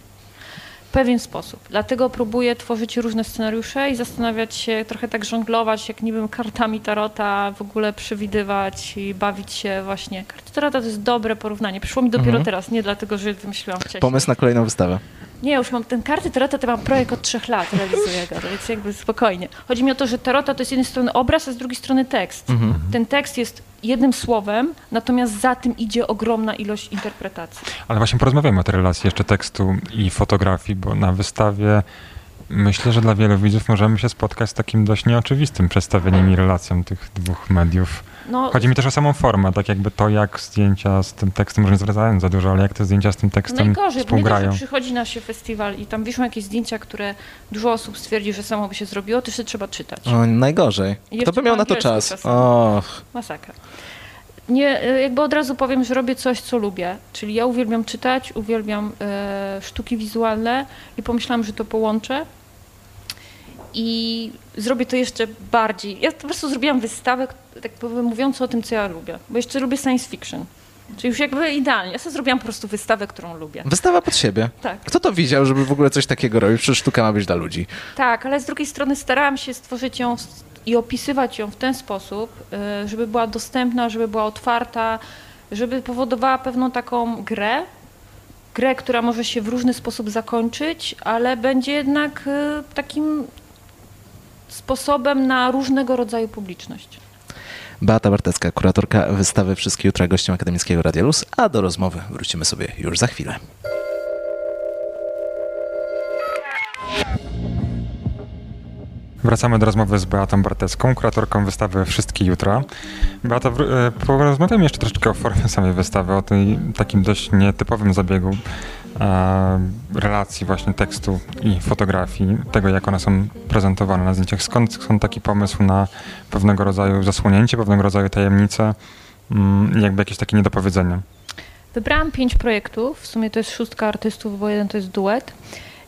W pewien sposób. Dlatego próbuję tworzyć różne scenariusze i zastanawiać się, trochę tak żonglować, jak nie wiem, kartami tarota, w ogóle przewidywać i bawić się właśnie. Karty tarota to jest dobre porównanie. Przyszło mi dopiero mhm. teraz, nie dlatego, że wymyśliłam wcześniej. Pomysł na kolejną wystawę. Nie, już mam ten karty tarota, to mam projekt od trzech lat, realizuję go, więc jakby spokojnie. Chodzi mi o to, że tarota to jest z jednej strony obraz, a z drugiej strony tekst. Mhm. Ten tekst jest jednym słowem, natomiast za tym idzie ogromna ilość interpretacji. Ale właśnie porozmawiamy o tej relacji jeszcze tekstu i fotografii, bo na wystawie myślę, że dla wielu widzów możemy się spotkać z takim dość nieoczywistym przedstawieniem i relacją tych dwóch mediów. No, Chodzi mi też o samą formę, tak jakby to, jak zdjęcia z tym tekstem, może nie zwracając za dużo, ale jak te zdjęcia z tym tekstem najgorzej, współgrają. bo nie to, że przychodzi na się festiwal i tam wiszą jakieś zdjęcia, które dużo osób stwierdzi, że samo by się zrobiło, to jeszcze trzeba czytać. O, najgorzej. I Kto by miał na to czas? czasami. Och. Masakra. Nie, jakby od razu powiem, że robię coś, co lubię. Czyli ja uwielbiam czytać, uwielbiam e, sztuki wizualne i pomyślałam, że to połączę. I zrobię to jeszcze bardziej. Ja po prostu zrobiłam wystawę, tak powiem, mówiącą o tym, co ja lubię. Bo jeszcze lubię science fiction. Czyli już jakby idealnie. Ja sobie zrobiłam po prostu wystawę, którą lubię. Wystawa pod siebie. Tak. Kto to widział, żeby w ogóle coś takiego robić? Przecież sztuka ma być dla ludzi. Tak, ale z drugiej strony starałam się stworzyć ją i opisywać ją w ten sposób, żeby była dostępna, żeby była otwarta, żeby powodowała pewną taką grę, grę, która może się w różny sposób zakończyć, ale będzie jednak takim sposobem na różnego rodzaju publiczność. Beata Bartecka, kuratorka wystawy Wszystkie Jutra, gościem Akademickiego Radia Luz, a do rozmowy wrócimy sobie już za chwilę. Wracamy do rozmowy z Beatą Bartecką, kuratorką wystawy Wszystkie Jutra. Beata, porozmawiamy jeszcze troszeczkę o formie samej wystawy, o tej takim dość nietypowym zabiegu e, relacji właśnie tekstu i fotografii, tego jak one są prezentowane na zdjęciach. Skąd, skąd taki pomysł na pewnego rodzaju zasłonięcie, pewnego rodzaju tajemnicę i jakby jakieś takie niedopowiedzenie? Wybrałam pięć projektów, w sumie to jest szóstka artystów, bo jeden to jest duet.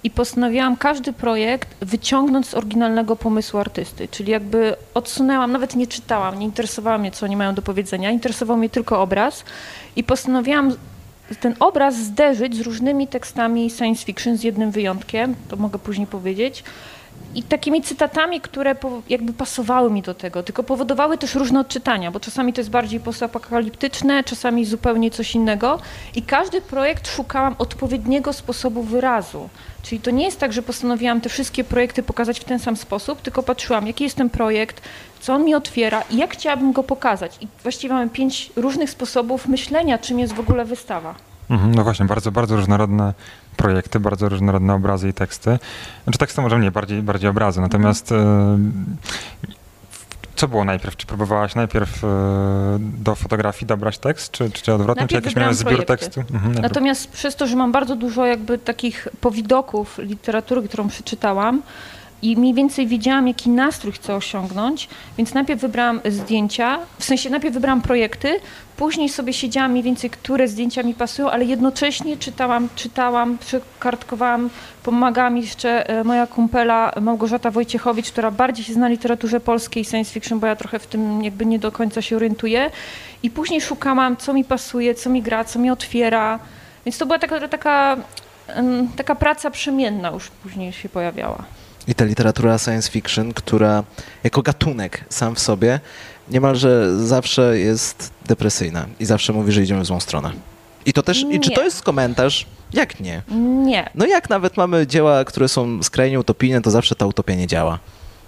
i postanowiłam każdy projekt wyciągnąć z oryginalnego pomysłu artysty, czyli jakby odsunęłam, nawet nie czytałam, nie interesowało mnie, co oni mają do powiedzenia, interesował mnie tylko obraz i postanowiłam ten obraz zderzyć z różnymi tekstami science fiction, z jednym wyjątkiem, to mogę później powiedzieć, i takimi cytatami, które po, jakby pasowały mi do tego, tylko powodowały też różne odczytania, bo czasami to jest bardziej postapokaliptyczne, czasami zupełnie coś innego i każdy projekt szukałam odpowiedniego sposobu wyrazu. Czyli to nie jest tak, że postanowiłam te wszystkie projekty pokazać w ten sam sposób, tylko patrzyłam, jaki jest ten projekt, co on mi otwiera i jak chciałabym go pokazać. I właściwie mamy pięć różnych sposobów myślenia, czym jest w ogóle wystawa. No właśnie, bardzo, bardzo różnorodne projekty, bardzo różnorodne obrazy i teksty. Znaczy teksty może mniej, bardziej, bardziej obrazy. Natomiast e, co było najpierw? Czy próbowałaś najpierw e, do fotografii dobrać tekst, czy, czy odwrotnie? Najpierw czy jakiś miałeś zbiór projekty. tekstu? Mhm, Natomiast przez to, że mam bardzo dużo jakby takich powidoków literatury, którą przeczytałam, i mniej więcej wiedziałam, jaki nastrój chcę osiągnąć, więc najpierw wybrałam zdjęcia, w sensie najpierw wybrałam projekty, później sobie siedziałam mniej więcej, które zdjęcia mi pasują, ale jednocześnie czytałam, czytałam, kartkowałam, pomagała mi jeszcze moja kumpela Małgorzata Wojciechowicz, która bardziej się zna na literaturze polskiej science fiction, bo ja trochę w tym jakby nie do końca się orientuję. I później szukałam, co mi pasuje, co mi gra, co mi otwiera. Więc to była taka, taka, taka praca przemienna już później się pojawiała. I ta literatura science fiction, która jako gatunek sam w sobie niemalże zawsze jest depresyjna i zawsze mówi, że idziemy w złą stronę. I to też, i czy to jest komentarz? Jak nie? Nie. No jak nawet mamy dzieła, które są skrajnie utopijne, to zawsze ta utopia nie działa.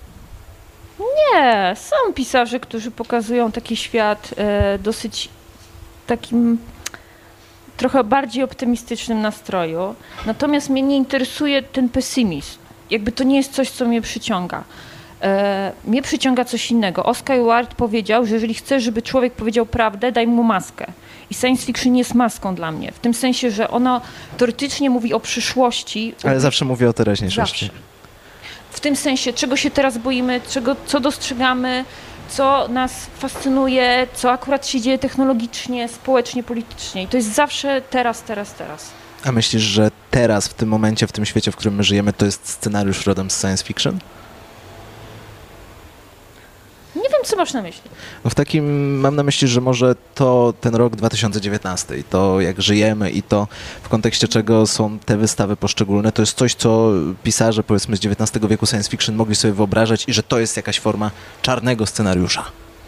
Nie, są pisarze, którzy pokazują taki świat e, dosyć takim trochę bardziej optymistycznym nastroju. Natomiast mnie nie interesuje ten pesymizm. Jakby to nie jest coś, co mnie przyciąga. E, mnie przyciąga coś innego. Oscar Wilde powiedział, że jeżeli chcesz, żeby człowiek powiedział prawdę, daj mu maskę. I science fiction jest maską dla mnie. W tym sensie, że ono teoretycznie mówi o przyszłości. Ale zawsze mówi o teraźniejszości. Zawsze. W tym sensie, czego się teraz boimy, czego, co dostrzegamy, co nas fascynuje, co akurat się dzieje technologicznie, społecznie, politycznie. I to jest zawsze teraz, teraz, teraz. A myślisz, że teraz, w tym momencie, w tym świecie, w którym my żyjemy, to jest scenariusz rodem z science fiction? Nie wiem, co masz na myśli. No w takim mam na myśli, że może to ten rok dwa tysiące dziewiętnasty i to jak żyjemy i to w kontekście czego są te wystawy poszczególne, to jest coś, co pisarze powiedzmy z dziewiętnastego wieku science fiction mogli sobie wyobrażać i że to jest jakaś forma czarnego scenariusza.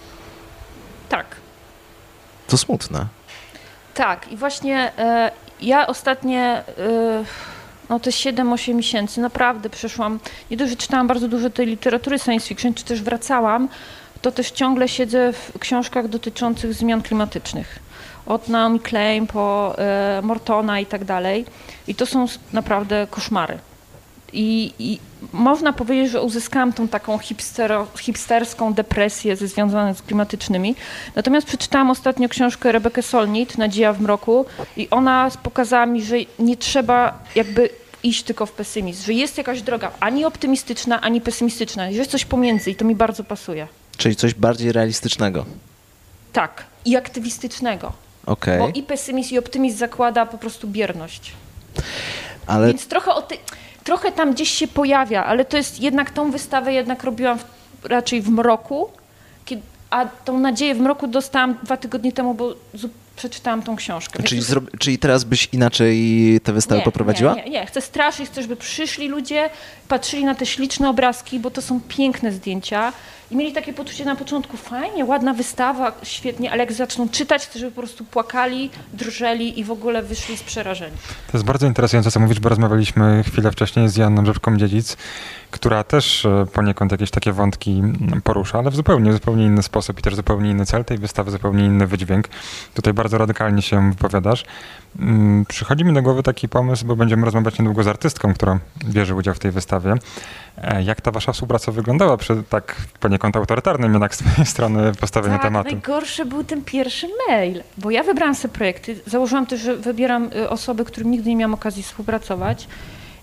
Tak. To smutne. Tak i właśnie e, ja ostatnie e, no te siedem osiem miesięcy naprawdę przeszłam, nie dość, że czytałam bardzo dużo tej literatury science fiction, czy też wracałam, to też ciągle siedzę w książkach dotyczących zmian klimatycznych. Od Naomi Klein po e, Mortona i tak dalej. I to są naprawdę koszmary. I, i można powiedzieć, że uzyskałam tą taką hipstero, hipsterską depresję ze związaną z klimatycznymi. Natomiast przeczytałam ostatnio książkę Rebekę Solnit, Nadzieja w mroku i ona pokazała mi, że nie trzeba jakby iść tylko w pesymizm, że jest jakaś droga ani optymistyczna, ani pesymistyczna, że jest coś pomiędzy i to mi bardzo pasuje. Czyli coś bardziej realistycznego. Tak, i aktywistycznego. Okay. Bo i pesymizm, i optymizm zakłada po prostu bierność. Ale... Więc trochę o ty... Trochę tam gdzieś się pojawia, ale to jest jednak tą wystawę jednak robiłam w, raczej w mroku, kiedy, a tą nadzieję w mroku dostałam dwa tygodnie temu, bo z, przeczytałam tą książkę. Czyli, zro... Czyli teraz byś inaczej tę wystawę nie, poprowadziła? Nie, nie, nie. Chcę straszyć, chcę, żeby przyszli ludzie, patrzyli na te śliczne obrazki, bo to są piękne zdjęcia i mieli takie poczucie na początku, fajnie, ładna wystawa, świetnie, ale jak zaczną czytać, chcę, żeby po prostu płakali, drżeli i w ogóle wyszli z przerażenia. To jest bardzo interesujące, co mówisz, bo rozmawialiśmy chwilę wcześniej z Joanną Rzepką-Dziedzic, która też poniekąd jakieś takie wątki porusza, ale w zupełnie, zupełnie inny sposób i też zupełnie inny cel tej wystawy, zupełnie inny wydźwięk. Tutaj bardzo radykalnie się wypowiadasz. Przychodzi mi do głowy taki pomysł, bo będziemy rozmawiać niedługo z artystką, która bierze udział w tej wystawie. Jak ta wasza współpraca wyglądała przy tak poniekąd autorytarnym jednak z twojej strony postawieniu tak, tematu? Najgorszy był ten pierwszy mail, bo ja wybrałam sobie projekty, założyłam też, że wybieram osoby, którym nigdy nie miałam okazji współpracować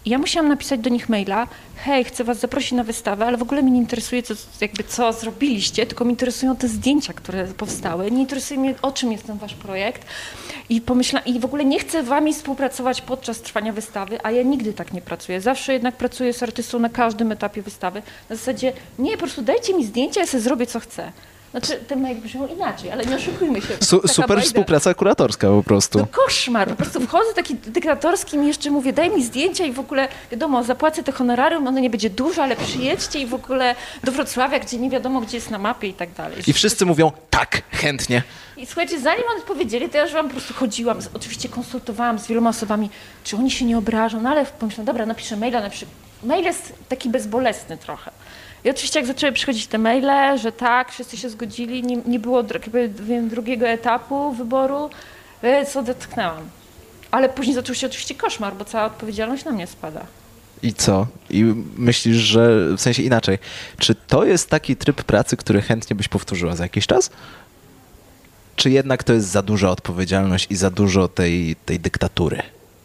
I ja musiałam napisać do nich maila, hej, chcę was zaprosić na wystawę, ale w ogóle mnie nie interesuje, co, jakby co zrobiliście, tylko mnie interesują te zdjęcia, które powstały. Nie interesuje mnie, o czym jest ten wasz projekt. I pomyślałam, i w ogóle nie chcę wami współpracować podczas trwania wystawy, a ja nigdy tak nie pracuję. Zawsze jednak pracuję z artystą na każdym etapie wystawy. Na zasadzie, nie, po prostu dajcie mi zdjęcia, ja sobie zrobię, co chcę. Znaczy, ten mail brzmiał inaczej, ale nie oszukujmy się. Su- super bajda. współpraca kuratorska po prostu. To koszmar, po prostu wchodzę taki dyktatorski i jeszcze mówię, daj mi zdjęcia i w ogóle, wiadomo, zapłacę te honorarium, ono nie będzie dużo, ale przyjedźcie i w ogóle do Wrocławia, gdzie nie wiadomo, gdzie jest na mapie i tak dalej. I wszyscy mówią tak, chętnie. I słuchajcie, zanim oni powiedzieli, to ja już wam po prostu chodziłam, z- oczywiście konsultowałam z wieloma osobami, czy oni się nie obrażą, no ale pomyślałam, dobra, napiszę maila, napiszę. Mail jest taki bezbolesny trochę. I oczywiście jak zaczęły przychodzić te maile, że tak, wszyscy się zgodzili, nie, nie było dr- jakby, wiem, drugiego etapu wyboru, e, co dotknęłam. Ale później zaczął się oczywiście koszmar, bo cała odpowiedzialność na mnie spada. I co? I myślisz, że w sensie inaczej, czy to jest taki tryb pracy, który chętnie byś powtórzyła za jakiś czas? Czy jednak to jest za duża odpowiedzialność i za dużo tej, tej dyktatury?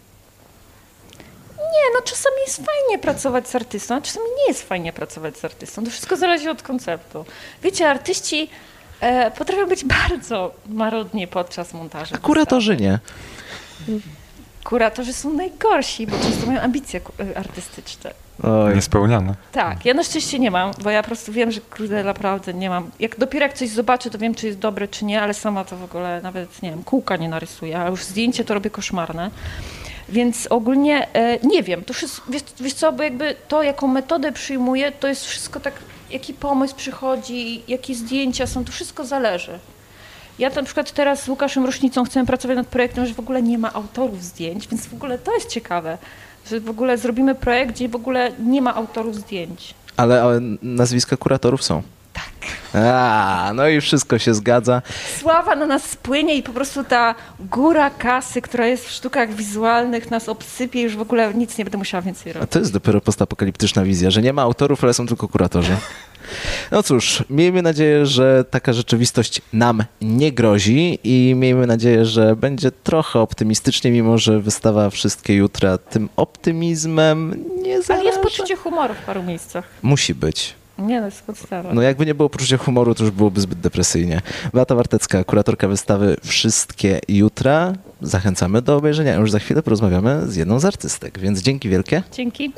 Nie, no czasami jest fajnie pracować z artystą, a czasami nie jest fajnie pracować z artystą. To wszystko zależy od konceptu. Wiecie, artyści e, potrafią być bardzo marudni podczas montażu. A kuratorzy nie. Kuratorzy są najgorsi, bo często mają ambicje ku- e, artystyczne. Oj. Niespełniane. Tak, ja na szczęście nie mam, bo ja po prostu wiem, że kurde, naprawdę nie mam. Jak dopiero jak coś zobaczę, to wiem, czy jest dobre, czy nie, ale sama to w ogóle nawet, nie wiem, kółka nie narysuję, a już zdjęcie to robię koszmarne. Więc ogólnie e, nie wiem, to wszystko, wiesz, wiesz co, bo jakby to, jaką metodę przyjmuję, to jest wszystko tak, jaki pomysł przychodzi, jakie zdjęcia są, to wszystko zależy. Ja na przykład teraz z Łukaszem Rusznicą chcemy pracować nad projektem, że w ogóle nie ma autorów zdjęć, więc w ogóle to jest ciekawe, że w ogóle zrobimy projekt, gdzie w ogóle nie ma autorów zdjęć. Ale, ale nazwiska kuratorów są. Tak. A, no i wszystko się zgadza. Sława na nas spłynie i po prostu ta góra kasy, która jest w sztukach wizualnych, nas obsypie i już w ogóle nic nie będę musiała więcej A robić. to jest dopiero postapokaliptyczna wizja, że nie ma autorów, ale są tylko kuratorzy. No cóż, miejmy nadzieję, że taka rzeczywistość nam nie grozi i miejmy nadzieję, że będzie trochę optymistycznie, mimo że wystawa Wszystkie Jutra tym optymizmem nie Ale zaraża. jest poczucie humoru w paru miejscach. Musi być. Nie, to jest podstawa. No jakby nie było poczucia humoru, to już byłoby zbyt depresyjnie. Beata Wartecka, kuratorka wystawy Wszystkie Jutra. Zachęcamy do obejrzenia. Już za chwilę porozmawiamy z jedną z artystek, więc dzięki wielkie. Dzięki.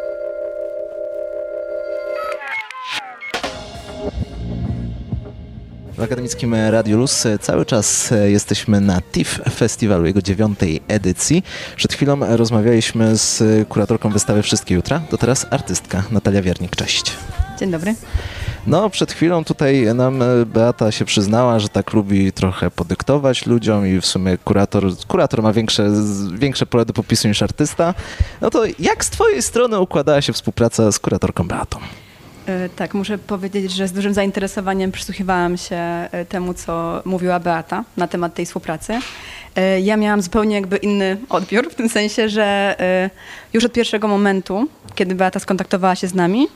W Akademickim Radiu Luz cały czas jesteśmy na T I F Festiwalu, jego dziewiątej edycji. Przed chwilą rozmawialiśmy z kuratorką wystawy Wszystkie Jutra, to teraz artystka Natalia Wiernik. Cześć. Dzień dobry. No, przed chwilą tutaj nam Beata się przyznała, że tak lubi trochę podyktować ludziom i w sumie kurator, kurator ma większe, większe pole do popisu niż artysta. No to jak z twojej strony układała się współpraca z kuratorką Beatą? E, Tak, muszę powiedzieć, że z dużym zainteresowaniem przysłuchiwałam się e, temu, co mówiła Beata na temat tej współpracy. E, Ja miałam zupełnie jakby inny odbiór, w tym sensie, że e, już od pierwszego momentu, kiedy Beata skontaktowała się z nami,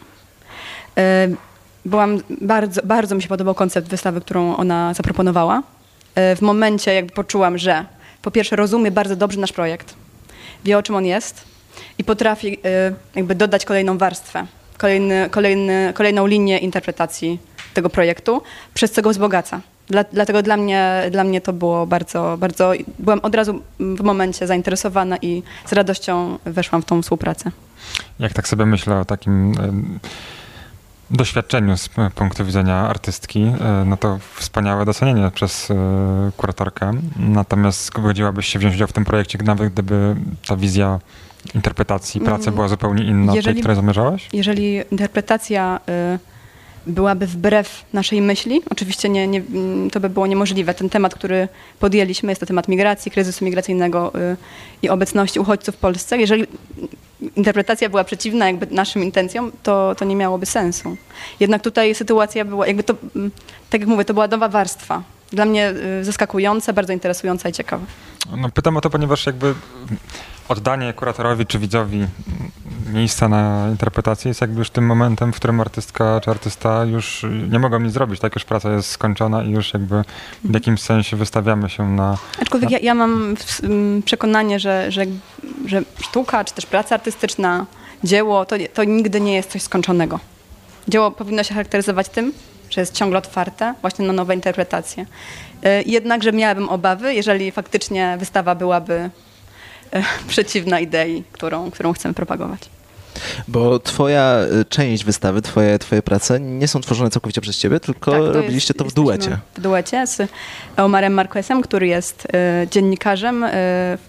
e, byłam bardzo, bardzo mi się podobał koncept wystawy, którą ona zaproponowała. E, W momencie jakby poczułam, że po pierwsze rozumie bardzo dobrze nasz projekt, wie o czym on jest i potrafi e, jakby dodać kolejną warstwę. Kolejny, kolejny, kolejną linię interpretacji tego projektu, przez co go wzbogaca. Dla, dlatego dla mnie, dla mnie to było bardzo, bardzo... Byłam od razu w momencie zainteresowana i z radością weszłam w tą współpracę. Jak tak sobie myślę o takim em, doświadczeniu z p- punktu widzenia artystki, e, no to wspaniałe docenienie przez e, kuratorkę. Natomiast zgodziłabyś się wziąć udział w tym projekcie, nawet gdyby ta wizja interpretacji pracy Mm, była zupełnie inna od tej, jeżeli- której zamierzałaś? Jeżeli interpretacja y, byłaby wbrew naszej myśli, oczywiście nie, nie, mm, to by było niemożliwe. Ten temat, który podjęliśmy, jest to temat migracji, kryzysu migracyjnego y, i obecności uchodźców w Polsce. Jeżeli interpretacja była przeciwna jakby naszym intencjom, to, to nie miałoby sensu. Jednak tutaj sytuacja była, jakby to, mm, tak jak mówię, to była nowa warstwa. Dla mnie y, zaskakująca, bardzo interesująca i ciekawa. No, pytam o to, ponieważ jakby oddanie kuratorowi czy widzowi miejsca na interpretację jest jakby już tym momentem, w którym artystka czy artysta już nie mogą nic zrobić, tak? Już praca jest skończona i już jakby w jakimś sensie wystawiamy się na... Aczkolwiek ja, ja mam w- m, przekonanie, że, że, że sztuka, czy też praca artystyczna, dzieło, to, to nigdy nie jest coś skończonego. Dzieło powinno się charakteryzować tym, że jest ciągle otwarte właśnie na nowe interpretacje. Jednakże miałabym obawy, jeżeli faktycznie wystawa byłaby przeciwna idei, którą, którą chcemy propagować. Bo twoja część wystawy, twoje, twoje prace nie są tworzone całkowicie przez ciebie, tylko tak, to robiliście jest, to w duecie. W duecie z Omarem Marquezem, który jest y, dziennikarzem, y,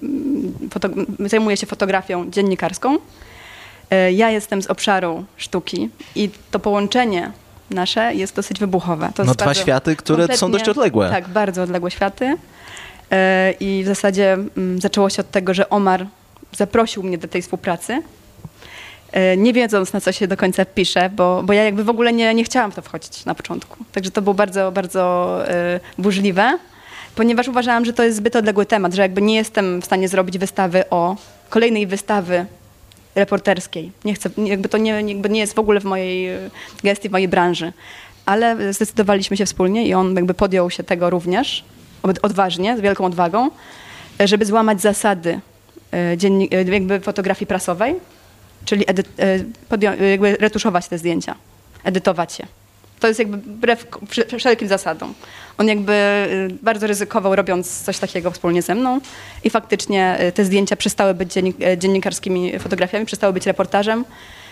foto- zajmuje się fotografią dziennikarską. Y, ja jestem z obszaru sztuki i to połączenie nasze jest dosyć wybuchowe. To no jest dwa światy, które są dość odległe. Tak, bardzo odległe światy. Y, I w zasadzie y, zaczęło się od tego, że Omar zaprosił mnie do tej współpracy, nie wiedząc, na co się do końca pisze, bo, bo ja jakby w ogóle nie, nie chciałam w to wchodzić na początku. Także to było bardzo, bardzo y, burzliwe, ponieważ uważałam, że to jest zbyt odległy temat, że jakby nie jestem w stanie zrobić wystawy o kolejnej wystawy reporterskiej. Nie chcę, jakby to nie, jakby nie jest w ogóle w mojej gestii, w mojej branży. Ale zdecydowaliśmy się wspólnie i on jakby podjął się tego również, odważnie, z wielką odwagą, żeby złamać zasady y, dzienni- jakby fotografii prasowej, czyli edy- podją- jakby retuszować te zdjęcia, edytować je. To jest jakby wbrew wszelkim zasadom. On jakby bardzo ryzykował, robiąc coś takiego wspólnie ze mną i faktycznie te zdjęcia przestały być dziennik- dziennikarskimi fotografiami, przestały być reportażem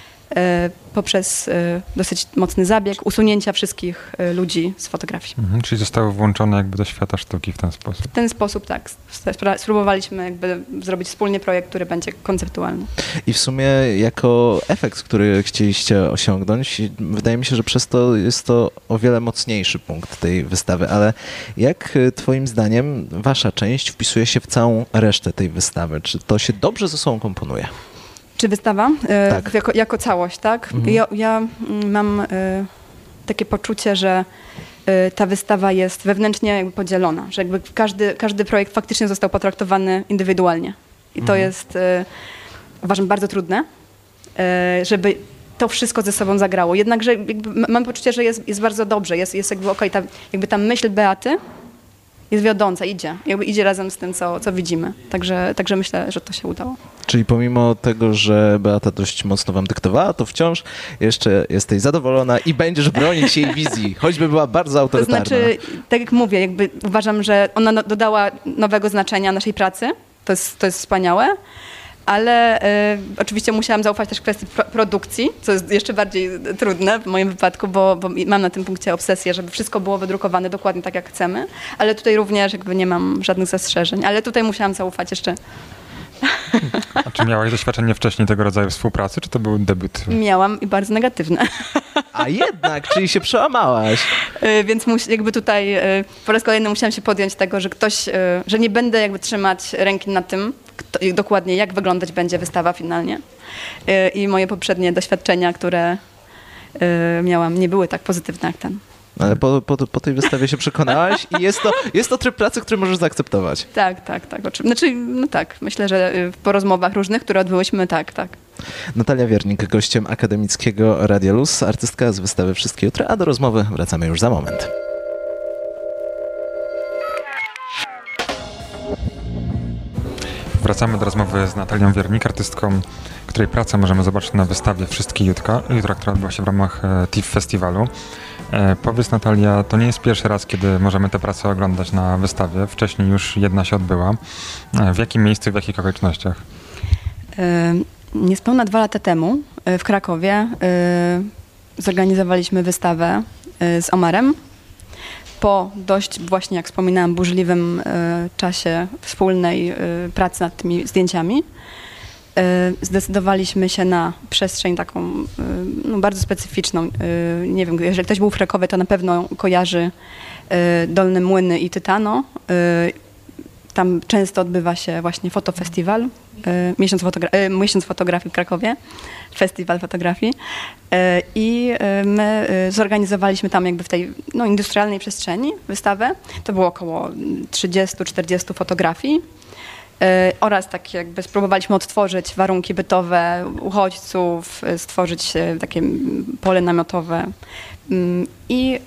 poprzez dosyć mocny zabieg usunięcia wszystkich ludzi z fotografii. Mhm, czyli zostały włączone jakby do świata sztuki w ten sposób. W ten sposób tak. Spróbowaliśmy jakby zrobić wspólnie projekt, który będzie konceptualny. I w sumie jako efekt, który chcieliście osiągnąć, wydaje mi się, że przez to jest to o wiele mocniejszy punkt tej wystawy, ale jak twoim zdaniem wasza część wpisuje się w całą resztę tej wystawy? Czy to się dobrze ze sobą komponuje? Czy wystawa? E, Tak. Jako, jako całość, tak? Mhm. Ja, ja mam e, takie poczucie, że e, ta wystawa jest wewnętrznie jakby podzielona, że jakby każdy, każdy projekt faktycznie został potraktowany indywidualnie. I to Mhm. jest, e, uważam, bardzo trudne, e, żeby to wszystko ze sobą zagrało. Jednakże jakby m- mam poczucie, że jest, jest bardzo dobrze, jest, jest jakby okej, ta, jakby ta myśl Beaty jest wiodąca, idzie. Jakby idzie razem z tym, co, co widzimy. Także, także myślę, że to się udało. Czyli pomimo tego, że Beata dość mocno wam dyktowała, to wciąż jeszcze jesteś zadowolona i będziesz bronić jej wizji, choćby była bardzo To autorytarna. znaczy, tak jak mówię, jakby uważam, że ona no- dodała nowego znaczenia naszej pracy. To jest, to jest wspaniałe. Ale y, oczywiście musiałam zaufać też kwestii pro- produkcji, co jest jeszcze bardziej trudne w moim wypadku, bo, bo mam na tym punkcie obsesję, żeby wszystko było wydrukowane dokładnie tak, jak chcemy. Ale tutaj również jakby nie mam żadnych zastrzeżeń. Ale tutaj musiałam zaufać jeszcze. A czy miałaś doświadczenie wcześniej tego rodzaju współpracy, czy to był debiut? Miałam i bardzo negatywne. A jednak, czyli się przełamałaś. Y, Więc mus, jakby tutaj y, po raz kolejny musiałam się podjąć tego, że ktoś, y, że nie będę jakby trzymać ręki na tym, kto, i dokładnie jak wyglądać będzie wystawa finalnie. Y, I moje poprzednie doświadczenia, które y, miałam, nie były tak pozytywne jak ten. Ale po, po, po tej wystawie się przekonałaś i jest to, jest to tryb pracy, który możesz zaakceptować. Tak, tak, tak. Oczywiście. Znaczy, no tak, myślę, że y, po rozmowach różnych, które odbyłyśmy, tak, tak. Natalia Wiernik, gościem akademickiego Radia Luz, artystka z wystawy Wszystkie Jutra, a do rozmowy wracamy już za moment. Wracamy do rozmowy z Natalią Wiernik, artystką, której pracę możemy zobaczyć na wystawie Wszystkie Jutra, jutra która odbyła się w ramach e, T I F Festiwalu. E, powiedz Natalia, to nie jest pierwszy raz, kiedy możemy tę pracę oglądać na wystawie. Wcześniej już jedna się odbyła. E, w jakim miejscu i w jakich okolicznościach? Y, Niespełna dwa lata temu y, w Krakowie y, zorganizowaliśmy wystawę y, z Omarem. Po dość, właśnie jak wspominałam, burzliwym y, czasie wspólnej y, pracy nad tymi zdjęciami, y, zdecydowaliśmy się na przestrzeń taką y, no, bardzo specyficzną. Y, nie wiem, jeżeli ktoś był w Krakowie, to na pewno kojarzy y, Dolne Młyny i Tytano. Y, Tam często odbywa się właśnie fotofestiwal, y, miesiąc, fotogra- y, miesiąc fotografii w Krakowie, festiwal fotografii. Y, I y, my y, zorganizowaliśmy tam jakby w tej no, industrialnej przestrzeni wystawę. To było około trzydzieści czterdzieści fotografii. Y, oraz tak jakby spróbowaliśmy odtworzyć warunki bytowe uchodźców, y, stworzyć y, takie mm, pole namiotowe. Y, I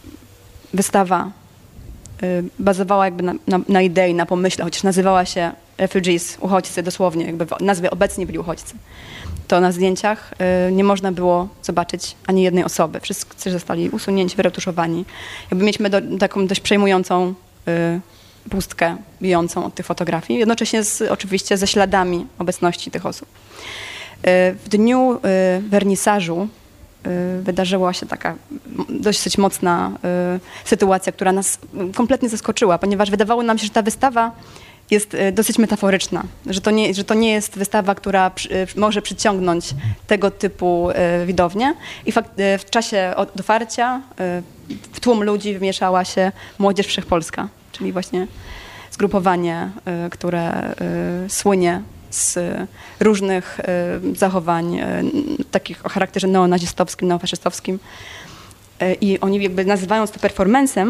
y, wystawa y, bazowała jakby na, na, na idei, na pomyśle, chociaż nazywała się refugees, uchodźcy, dosłownie, jakby w nazwie obecnie byli uchodźcy, to na zdjęciach y, nie można było zobaczyć ani jednej osoby. Wszyscy zostali usunięci, wyretuszowani. Jakby mieliśmy do, taką dość przejmującą y, pustkę bijącą od tych fotografii, jednocześnie z, oczywiście ze śladami obecności tych osób. Y, w dniu y, wernisażu y, wydarzyła się taka dosyć mocna y, sytuacja, która nas kompletnie zaskoczyła, ponieważ wydawało nam się, że ta wystawa jest dosyć metaforyczna, że to nie, że to nie jest wystawa, która przy, może przyciągnąć tego typu y, widownię. I fakt, y, w czasie otwarcia y, w tłum ludzi wmieszała się Młodzież Wszechpolska, czyli właśnie zgrupowanie, y, które y, słynie z różnych y, zachowań y, takich o charakterze neonazistowskim, neofaszystowskim. Y, I oni jakby nazywając to performancem,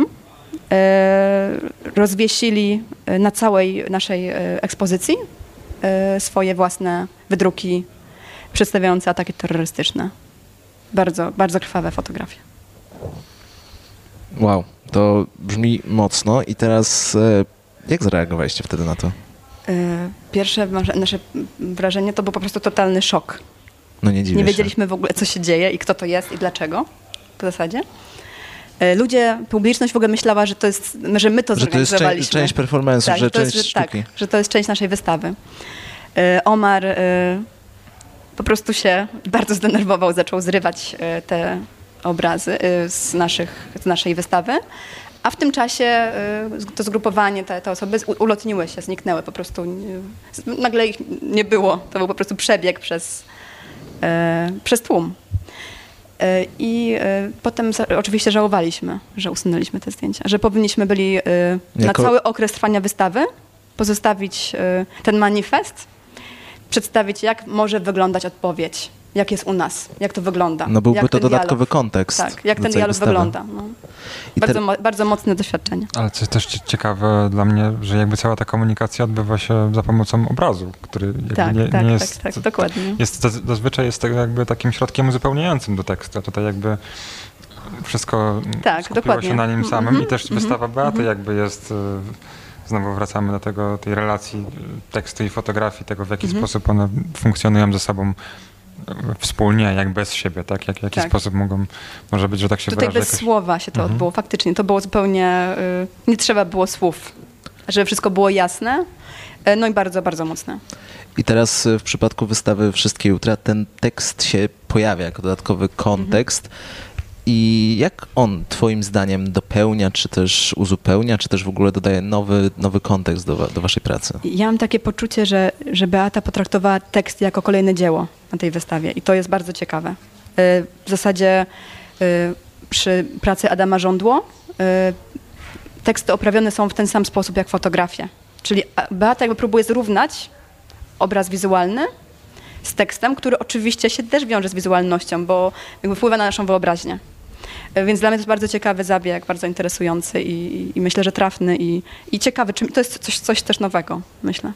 rozwiesili na całej naszej ekspozycji swoje własne wydruki przedstawiające ataki terrorystyczne. Bardzo, bardzo krwawe fotografie. Wow, to brzmi mocno i teraz jak zareagowaliście wtedy na to? Pierwsze nasze wrażenie to był po prostu totalny szok. No nie dziwię Nie się. wiedzieliśmy w ogóle, co się dzieje i kto to jest i dlaczego w zasadzie. Ludzie, publiczność w ogóle myślała, że to jest, że my to że zorganizowaliśmy. To jest część, część performance'u, tak, że to jest, część że, sztuki. Tak, że to jest część naszej wystawy. Omar po prostu się bardzo zdenerwował, zaczął zrywać te obrazy z, naszych, z naszej wystawy, a w tym czasie to zgrupowanie, te, te osoby ulotniły się, zniknęły po prostu. Nagle ich nie było. To był po prostu przebieg przez, przez tłum. I potem oczywiście żałowaliśmy, że usunęliśmy te zdjęcia, że powinniśmy byli na jako... cały okres trwania wystawy pozostawić ten manifest, przedstawić, jak może wyglądać odpowiedź, jak jest u nas, jak to wygląda. No byłby jak to ten dodatkowy dialog, kontekst. Tak, jak ten dialog wystawy. wygląda. No. Bardzo, te... bardzo mocne doświadczenie. Ale co jest też ciekawe dla mnie, że jakby cała ta komunikacja odbywa się za pomocą obrazu, który jakby tak, nie, tak, nie tak, jest... Tak, tak, dokładnie. Jest, zazwyczaj jest to jakby takim środkiem uzupełniającym do tekstu, a tutaj jakby wszystko tak, skupiło dokładnie. się na nim samym mm-hmm, i też mm-hmm, wystawa Beaty mm-hmm. jakby jest... Znowu wracamy do tego, tej relacji tekstu i fotografii, tego w jaki mm-hmm. sposób one funkcjonują ze sobą wspólnie, jak bez siebie, tak? Jak, w jaki tak. sposób mogą, może być, że tak się Tutaj wyrażę. bez jakoś... słowa się to mhm. odbyło, faktycznie. To było zupełnie, y, nie trzeba było słów, żeby wszystko było jasne, y, no i bardzo, bardzo mocne. I teraz w przypadku wystawy Wszystkie Jutra ten tekst się pojawia jako dodatkowy kontekst. Mhm. I jak on twoim zdaniem dopełnia, czy też uzupełnia, czy też w ogóle dodaje nowy, nowy kontekst do, do waszej pracy? Ja mam takie poczucie, że, że Beata potraktowała tekst jako kolejne dzieło na tej wystawie i to jest bardzo ciekawe. W zasadzie przy pracy Adama Żądło teksty oprawione są w ten sam sposób jak fotografie. Czyli Beata jakby próbuje zrównać obraz wizualny z tekstem, który oczywiście się też wiąże z wizualnością, bo jakby wpływa na naszą wyobraźnię. Więc dla mnie to jest bardzo ciekawy zabieg, bardzo interesujący i, i myślę, że trafny i, i ciekawy. To jest coś, coś też nowego, myślę.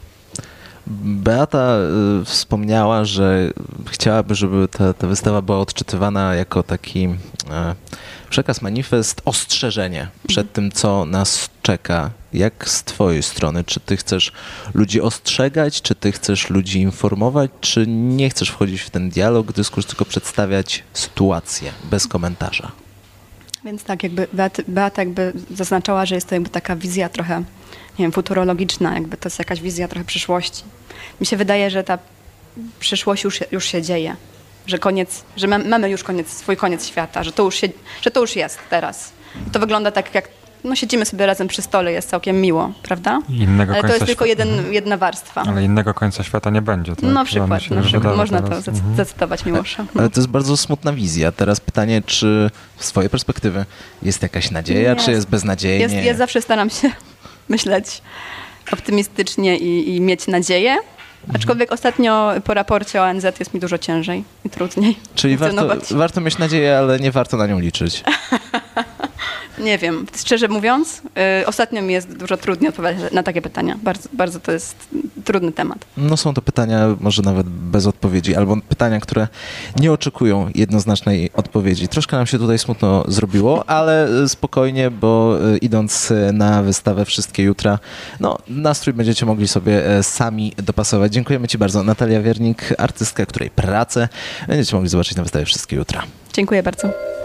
Beata y, wspomniała, że chciałaby, żeby ta, ta wystawa była odczytywana jako taki y, przekaz, manifest, ostrzeżenie przed mhm. tym, co nas czeka. Jak z twojej strony? Czy ty chcesz ludzi ostrzegać, czy ty chcesz ludzi informować, czy nie chcesz wchodzić w ten dialog, dyskurs, tylko przedstawiać sytuację bez komentarza? Więc tak, jakby Beata, Beata jakby zaznaczała, że jest to jakby taka wizja trochę, nie wiem, futurologiczna, jakby to jest jakaś wizja trochę przyszłości. Mi się wydaje, że ta przyszłość już, już się dzieje, że koniec, że ma, mamy już koniec, swój koniec świata, że to już się, że to już jest teraz. I to wygląda tak, jak no siedzimy sobie razem przy stole, jest całkiem miło, prawda? Innego ale to jest tylko świata. jeden, jedna warstwa. Ale innego końca świata nie będzie. Tak? No przykład, na przykład. Można teraz. to Mhm. zacytować Miłosza. No. Ale to jest bardzo smutna wizja. Teraz pytanie, czy z swojej perspektywy jest jakaś nadzieja, jest. czy jest beznadziejnie? Jest, ja zawsze staram się myśleć optymistycznie i, i mieć nadzieję. Aczkolwiek ostatnio po raporcie O N Z jest mi dużo ciężej i trudniej. Czyli warto, warto mieć nadzieję, ale nie warto na nią liczyć. Nie wiem, szczerze mówiąc, y, ostatnio mi jest dużo trudniej odpowiadać na takie pytania. Bardzo, bardzo to jest trudny temat. No są to pytania może nawet bez odpowiedzi, albo pytania, które nie oczekują jednoznacznej odpowiedzi. Troszkę nam się tutaj smutno zrobiło, ale spokojnie, bo y, idąc na wystawę Wszystkie Jutra, no nastrój będziecie mogli sobie y, sami dopasować. Dziękujemy Ci bardzo. Natalia Wiernik, artystka, której pracę będziecie mogli zobaczyć na wystawie Wszystkie Jutra. Dziękuję bardzo.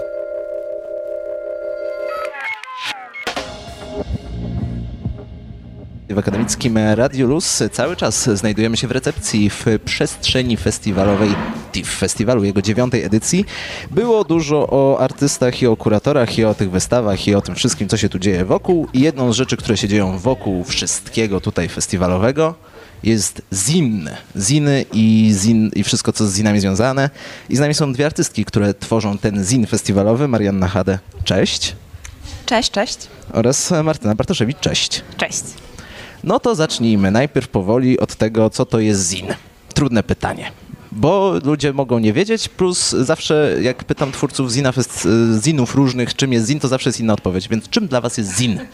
W akademickim Radiu Luz cały czas znajdujemy się w recepcji w przestrzeni festiwalowej T I F Festiwalu, jego dziewiątej edycji. Było dużo o artystach i o kuratorach i o tych wystawach i o tym wszystkim, co się tu dzieje wokół. I jedną z rzeczy, które się dzieją wokół wszystkiego tutaj festiwalowego jest zin. Ziny i, zin, i wszystko, co z zinami związane. I z nami są dwie artystki, które tworzą ten zin festiwalowy. Marianna Hade, cześć. Cześć, cześć. Oraz Martyna Bartoszewicz, cześć. Cześć. No to zacznijmy najpierw powoli od tego, co to jest zin. Trudne pytanie, bo ludzie mogą nie wiedzieć, plus zawsze jak pytam twórców zina, fest, zinów różnych, czym jest zin, to zawsze jest inna odpowiedź. Więc czym dla was jest zin?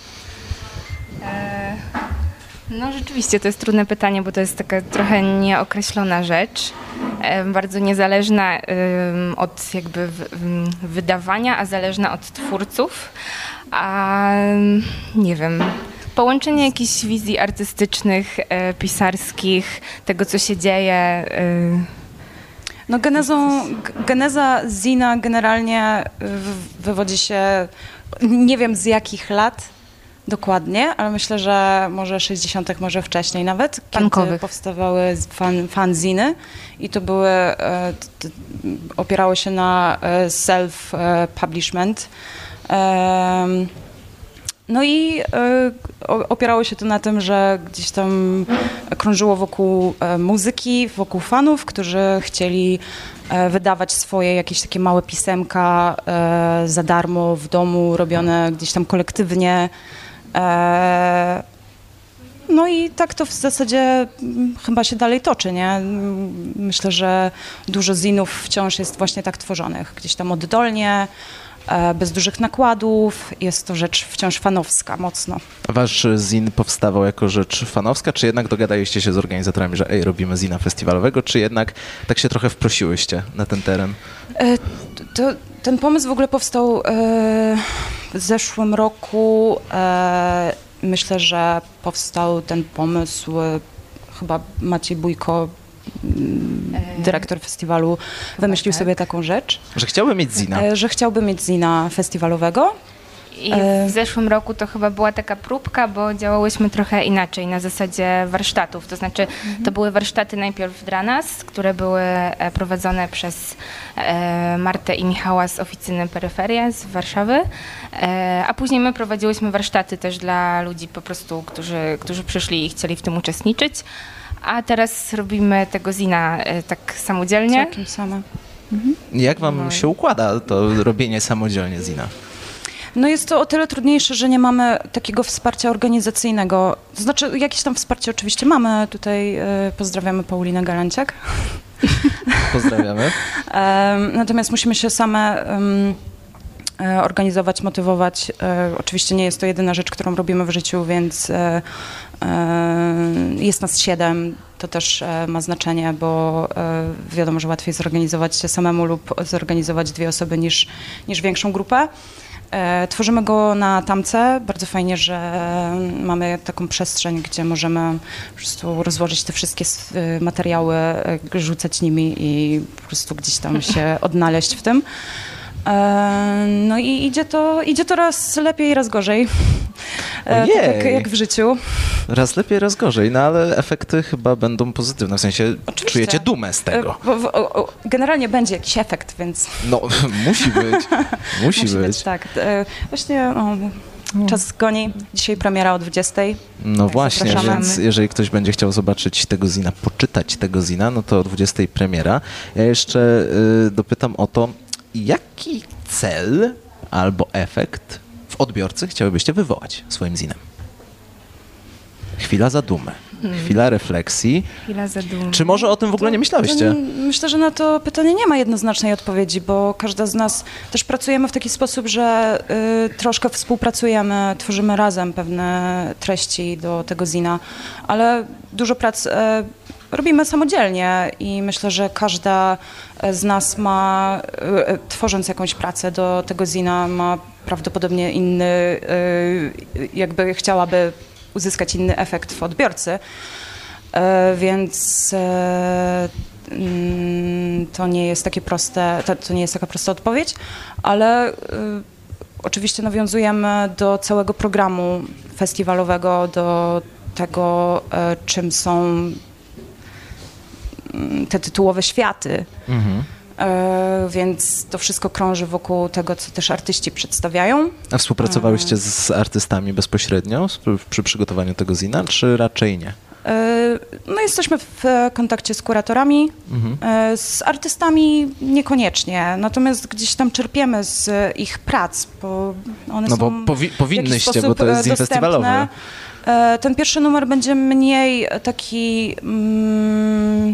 E, no rzeczywiście to jest trudne pytanie, bo to jest taka trochę nieokreślona rzecz, e, bardzo niezależna e, od jakby w, w, wydawania, a zależna od twórców, a nie wiem... Połączenie jakichś wizji artystycznych, e, pisarskich, tego, co się dzieje. E. No genezą, geneza zina generalnie wywodzi się, nie wiem z jakich lat dokładnie, ale myślę, że może sześćdziesiątych, może wcześniej nawet, Punkowych. Kiedy powstawały fan, fanziny i to były, e, t, opierały się na self-publishment. E, No i y, opierało się to na tym, że gdzieś tam krążyło wokół e, muzyki, wokół fanów, którzy chcieli e, wydawać swoje jakieś takie małe pisemka e, za darmo w domu, robione gdzieś tam kolektywnie. E, no i tak to w zasadzie m, chyba się dalej toczy, nie? Myślę, że dużo zinów wciąż jest właśnie tak tworzonych, gdzieś tam oddolnie, bez dużych nakładów. Jest to rzecz wciąż fanowska, mocno. Wasz zin powstawał jako rzecz fanowska, czy jednak dogadaliście się z organizatorami, że ej, robimy zina festiwalowego, czy jednak tak się trochę wprosiłyście na ten teren? E, to, ten pomysł w ogóle powstał e, w zeszłym roku. E, myślę, że powstał ten pomysł, e, chyba Maciej Bójko, dyrektor festiwalu, wymyślił tak. sobie taką rzecz. Że chciałby mieć zina. Że chciałby mieć zina festiwalowego. I w zeszłym roku to chyba była taka próbka, bo działałyśmy trochę inaczej, na zasadzie warsztatów. To znaczy, mhm. to były warsztaty najpierw dla nas, które były prowadzone przez e, Martę i Michała z oficyny Peryferia z Warszawy, e, a później my prowadziłyśmy warsztaty też dla ludzi po prostu, którzy, którzy przyszli i chcieli w tym uczestniczyć. A teraz robimy tego zina e, tak samodzielnie. Całkiem same. Mhm. Jak wam no. się układa to robienie samodzielnie zina? No jest to o tyle trudniejsze, że nie mamy takiego wsparcia organizacyjnego. To znaczy jakieś tam wsparcie oczywiście mamy. Tutaj e, pozdrawiamy Paulinę Galanciak. Pozdrawiamy. e, natomiast musimy się same um, e, organizować, motywować. E, oczywiście nie jest to jedyna rzecz, którą robimy w życiu, więc e, e, jest nas siedem. To też e, ma znaczenie, bo e, wiadomo, że łatwiej zorganizować się samemu lub zorganizować dwie osoby niż, niż większą grupę. E, tworzymy go na tamce. Bardzo fajnie, że mamy taką przestrzeń, gdzie możemy po prostu rozłożyć te wszystkie materiały, rzucać nimi i po prostu gdzieś tam się odnaleźć w tym. E, no i idzie to, idzie to raz lepiej, raz gorzej. E, tak jak, jak w życiu. Raz lepiej, raz gorzej, no ale efekty chyba będą pozytywne, w sensie Oczywiście. Czujecie dumę z tego. E, w, o, generalnie będzie jakiś efekt, więc... No, musi być, musi, musi być. być. Tak. E, właśnie o, czas goni. Dzisiaj premiera o dwudziestej. No tak, właśnie, zapraszamy. więc jeżeli ktoś będzie chciał zobaczyć tego zina, poczytać tego zina, no to o dwudziestej premiera. Ja jeszcze y, dopytam o to, jaki cel albo efekt w odbiorcy chciałybyście wywołać swoim zinem? Chwila zadumy. chwila refleksji. Chwila zadumy. Czy może o tym w ogóle nie myślałyście? To, myślę, że na to pytanie nie ma jednoznacznej odpowiedzi, bo każda z nas też pracujemy w taki sposób, że y, troszkę współpracujemy, tworzymy razem pewne treści do tego zina, ale dużo prac y, robimy samodzielnie i myślę, że każda z nas ma, y, tworząc jakąś pracę do tego zina, ma prawdopodobnie inny, y, jakby chciałaby uzyskać inny efekt w odbiorcy. E, więc e, mm, to nie jest takie proste, to, to nie jest taka prosta odpowiedź, ale e, oczywiście nawiązujemy do całego programu festiwalowego, do tego, e, czym są mm, te tytułowe światy. Mhm. E, więc to wszystko krąży wokół tego, co też artyści przedstawiają. A współpracowałyście z artystami bezpośrednio przy przygotowaniu tego zina, czy raczej nie? No jesteśmy w kontakcie z kuratorami, mhm. z artystami niekoniecznie, natomiast gdzieś tam czerpiemy z ich prac, bo one no są bo powi- powinnyście, bo to jest zin festiwalowy. Ten pierwszy numer będzie mniej taki mm,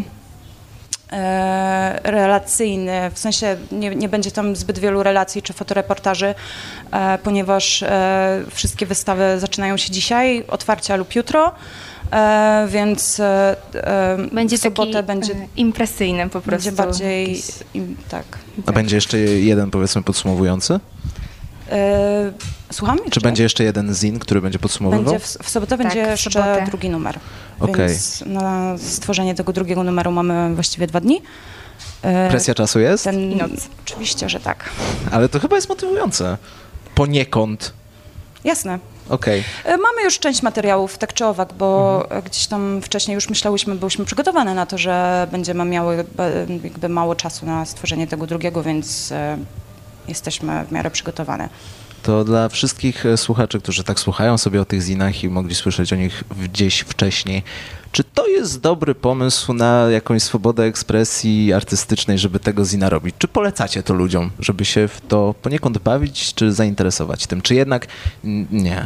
e, relacyjny, w sensie nie, nie będzie tam zbyt wielu relacji czy fotoreportaży, e, ponieważ e, wszystkie wystawy zaczynają się dzisiaj, otwarcia lub jutro. E, więc e, będzie w sobotę taki będzie impresyjny po prostu. Będzie bardziej, im, tak. A tak. Będzie jeszcze jeden, powiedzmy, podsumowujący? E, słucham? Czy będzie jeszcze jeden zin, który będzie podsumowywał? Będzie w, w sobotę tak, będzie w jeszcze sobotę. drugi numer. Okay. Więc na stworzenie tego drugiego numeru mamy właściwie dwa dni. E, Presja czasu jest? Ten, I noc. Oczywiście, że tak. Ale to chyba jest motywujące. Poniekąd. Jasne. Okay. Mamy już część materiałów, tak czy owak, bo mhm. gdzieś tam wcześniej już myślałyśmy, byłyśmy przygotowane na to, że będziemy miały jakby mało czasu na stworzenie tego drugiego, więc jesteśmy w miarę przygotowane. To dla wszystkich słuchaczy, którzy tak słuchają sobie o tych zinach i mogli słyszeć o nich gdzieś wcześniej, czy to jest dobry pomysł na jakąś swobodę ekspresji artystycznej, żeby tego zina robić? Czy polecacie to ludziom, żeby się w to poniekąd bawić, czy zainteresować tym? Czy jednak nie?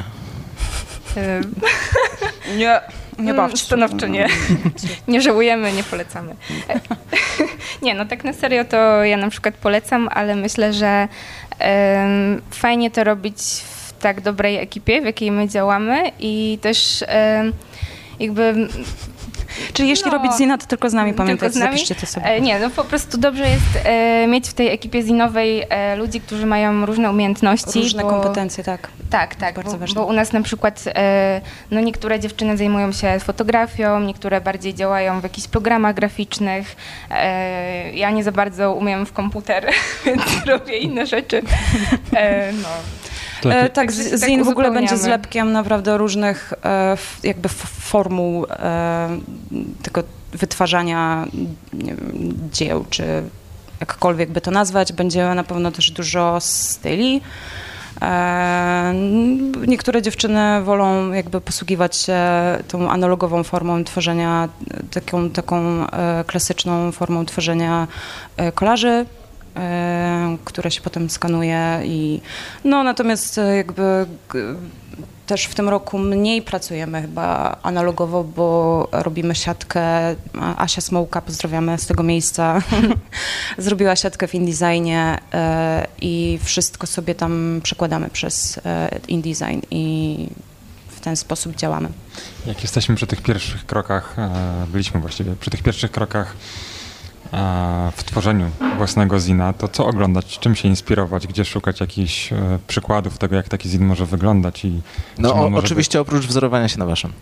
Nie, nie bawcie. Stanowczo nie. Nie żałujemy, nie polecamy. Nie, no tak na serio to ja na przykład polecam, ale myślę, że um, fajnie to robić w tak dobrej ekipie, w jakiej my działamy i też um, jakby... Czyli jeśli no, robić zina, to tylko z nami, pamiętajcie, zapiszcie to sobie. E, nie, no po prostu dobrze jest e, mieć w tej ekipie zinowej e, ludzi, którzy mają różne umiejętności. Różne bo, kompetencje, tak. Tak, tak, bardzo bo, ważne. bo u nas na przykład e, no niektóre dziewczyny zajmują się fotografią, niektóre bardziej działają w jakichś programach graficznych. E, ja nie za bardzo umiem w komputer, więc robię inne rzeczy. E, no. E, tak, z, tak zin w ogóle będzie zlepkiem naprawdę różnych e, jakby formuł e, tego wytwarzania nie wiem, dzieł, czy jakkolwiek by to nazwać. Będzie na pewno też dużo styli. E, niektóre dziewczyny wolą jakby posługiwać się tą analogową formą tworzenia, taką, taką e, klasyczną formą tworzenia e, kolaży, które się potem skanuje i no natomiast jakby też w tym roku mniej pracujemy chyba analogowo, bo robimy siatkę. Asia Smołka, pozdrawiamy z tego miejsca, zrobiła siatkę w InDesignie i wszystko sobie tam przekładamy przez InDesign i w ten sposób działamy. Jak jesteśmy przy tych pierwszych krokach, byliśmy właściwie przy tych pierwszych krokach w tworzeniu własnego zina, to co oglądać, czym się inspirować, gdzie szukać jakichś e, przykładów tego, jak taki zin może wyglądać i no o, może oczywiście być... oprócz wzorowania się na waszym.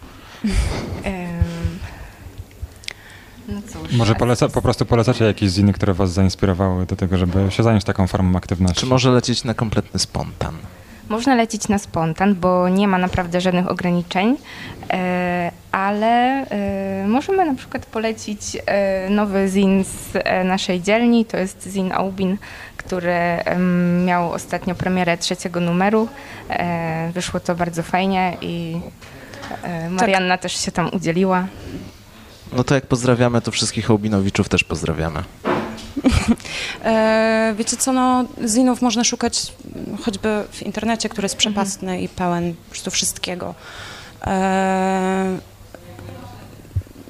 No cóż, może poleca, po prostu polecacie jakieś ziny, które was zainspirowały do tego, żeby się zająć taką formą aktywności? Czy może lecieć na kompletny spontan? Można lecieć na spontan, bo nie ma naprawdę żadnych ograniczeń, ale możemy na przykład polecić nowy zin z naszej dzielni, to jest zin Aubin, który miał ostatnio premierę trzeciego numeru. Wyszło to bardzo fajnie i Marianna tak. też się tam udzieliła. No to jak pozdrawiamy, to wszystkich Aubinowiczów też pozdrawiamy. E, wiecie co, no zinów można szukać choćby w internecie, który jest przepastny mhm. i pełen po prostu wszystkiego. E,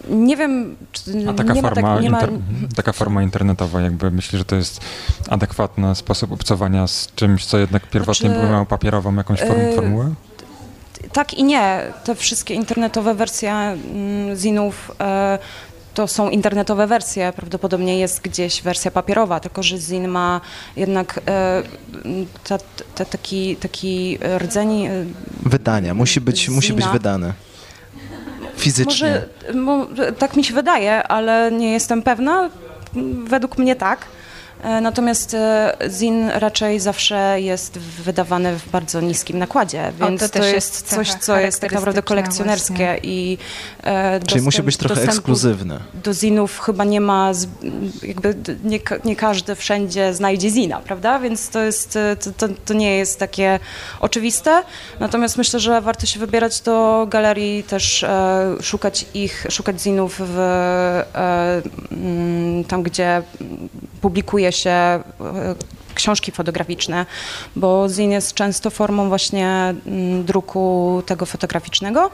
Nie wiem, czy A taka, nie forma, ma tak, nie inter, ma... taka forma internetowa, jakby myślę, że to jest adekwatny sposób obcowania z czymś, co jednak pierwotnie Znaczy, było miało papierową jakąś form, yy, formułę? Tak i nie. Te wszystkie internetowe wersje mm, zinów e, to są internetowe wersje. Prawdopodobnie jest gdzieś wersja papierowa, tylko że zin ma jednak e, ta, ta, taki, taki rdzeń... E, Wydania, musi być, musi być zina. wydane. Fizycznie. Może, mo, tak mi się wydaje, ale nie jestem pewna. Według mnie tak. E, Natomiast e, zin raczej zawsze jest wydawany w bardzo niskim nakładzie, O, więc to to, też jest jest coś, cecha co jest tak naprawdę charakterystyczna kolekcjonerskie właśnie. i e, Czyli musi dostęp- być trochę dostępu ekskluzywne. do zinów chyba nie ma, z, jakby d- nie, ka- nie każdy wszędzie znajdzie zina, prawda? Więc to jest, e, to, to, to nie jest takie oczywiste. Natomiast myślę, że warto się wybierać do galerii, też e, szukać ich, szukać zinów w, e, mm, tam, gdzie publikuje się e, książki fotograficzne, bo zin jest często formą właśnie mm, druku tego fotograficznego.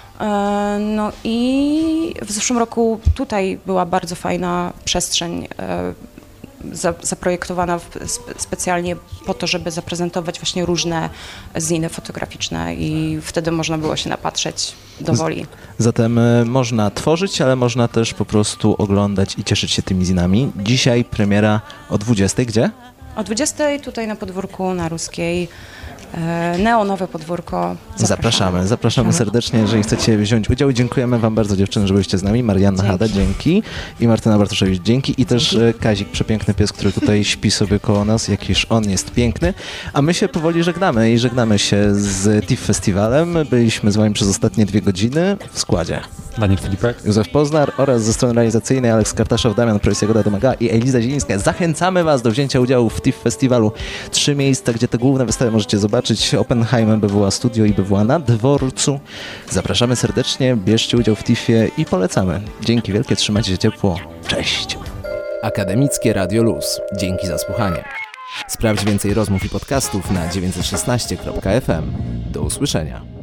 E, No i w zeszłym roku tutaj była bardzo fajna przestrzeń e, za- zaprojektowana w- spe- specjalnie po to, żeby zaprezentować właśnie różne ziny fotograficzne i wtedy można było się napatrzeć do woli. Zatem e, można tworzyć, ale można też po prostu oglądać i cieszyć się tymi zinami. Dzisiaj premiera o dwudziestej. Gdzie? O dwudziestej tutaj na podwórku na Ruskiej, e, neonowe podwórko. Zapraszamy, zapraszamy serdecznie, jeżeli chcecie wziąć udział. Dziękujemy wam bardzo, dziewczyny, że byliście z nami. Marianna Dzięki. Hada, dzięki. I Martyna Bartoszewicz, dzięki. I też e, Kazik, przepiękny pies, który tutaj śpi sobie koło nas. Jakiż on jest piękny. A my się powoli żegnamy i żegnamy się z TIFF Festiwalem. Byliśmy z wami przez ostatnie dwie godziny w składzie. Daniel Filipek. Józef Poznar oraz ze strony realizacyjnej Aleks Kartaszow, Damian Projs, Jagoda Domaga i Eliza Zielińska. Zachęcamy was do wzięcia udziału w TIFF Festiwalu. Trzy miejsca, gdzie te główne wystawy możecie zobaczyć. Oppenheim, B W A Studio i B W A na dworcu. Zapraszamy serdecznie, bierzcie udział w TIFFie i polecamy. Dzięki wielkie, trzymajcie się ciepło. Cześć. Akademickie Radio Luz. Dzięki za słuchanie. Sprawdź więcej rozmów i podcastów na dziewięćset szesnaście kropka f m. Do usłyszenia.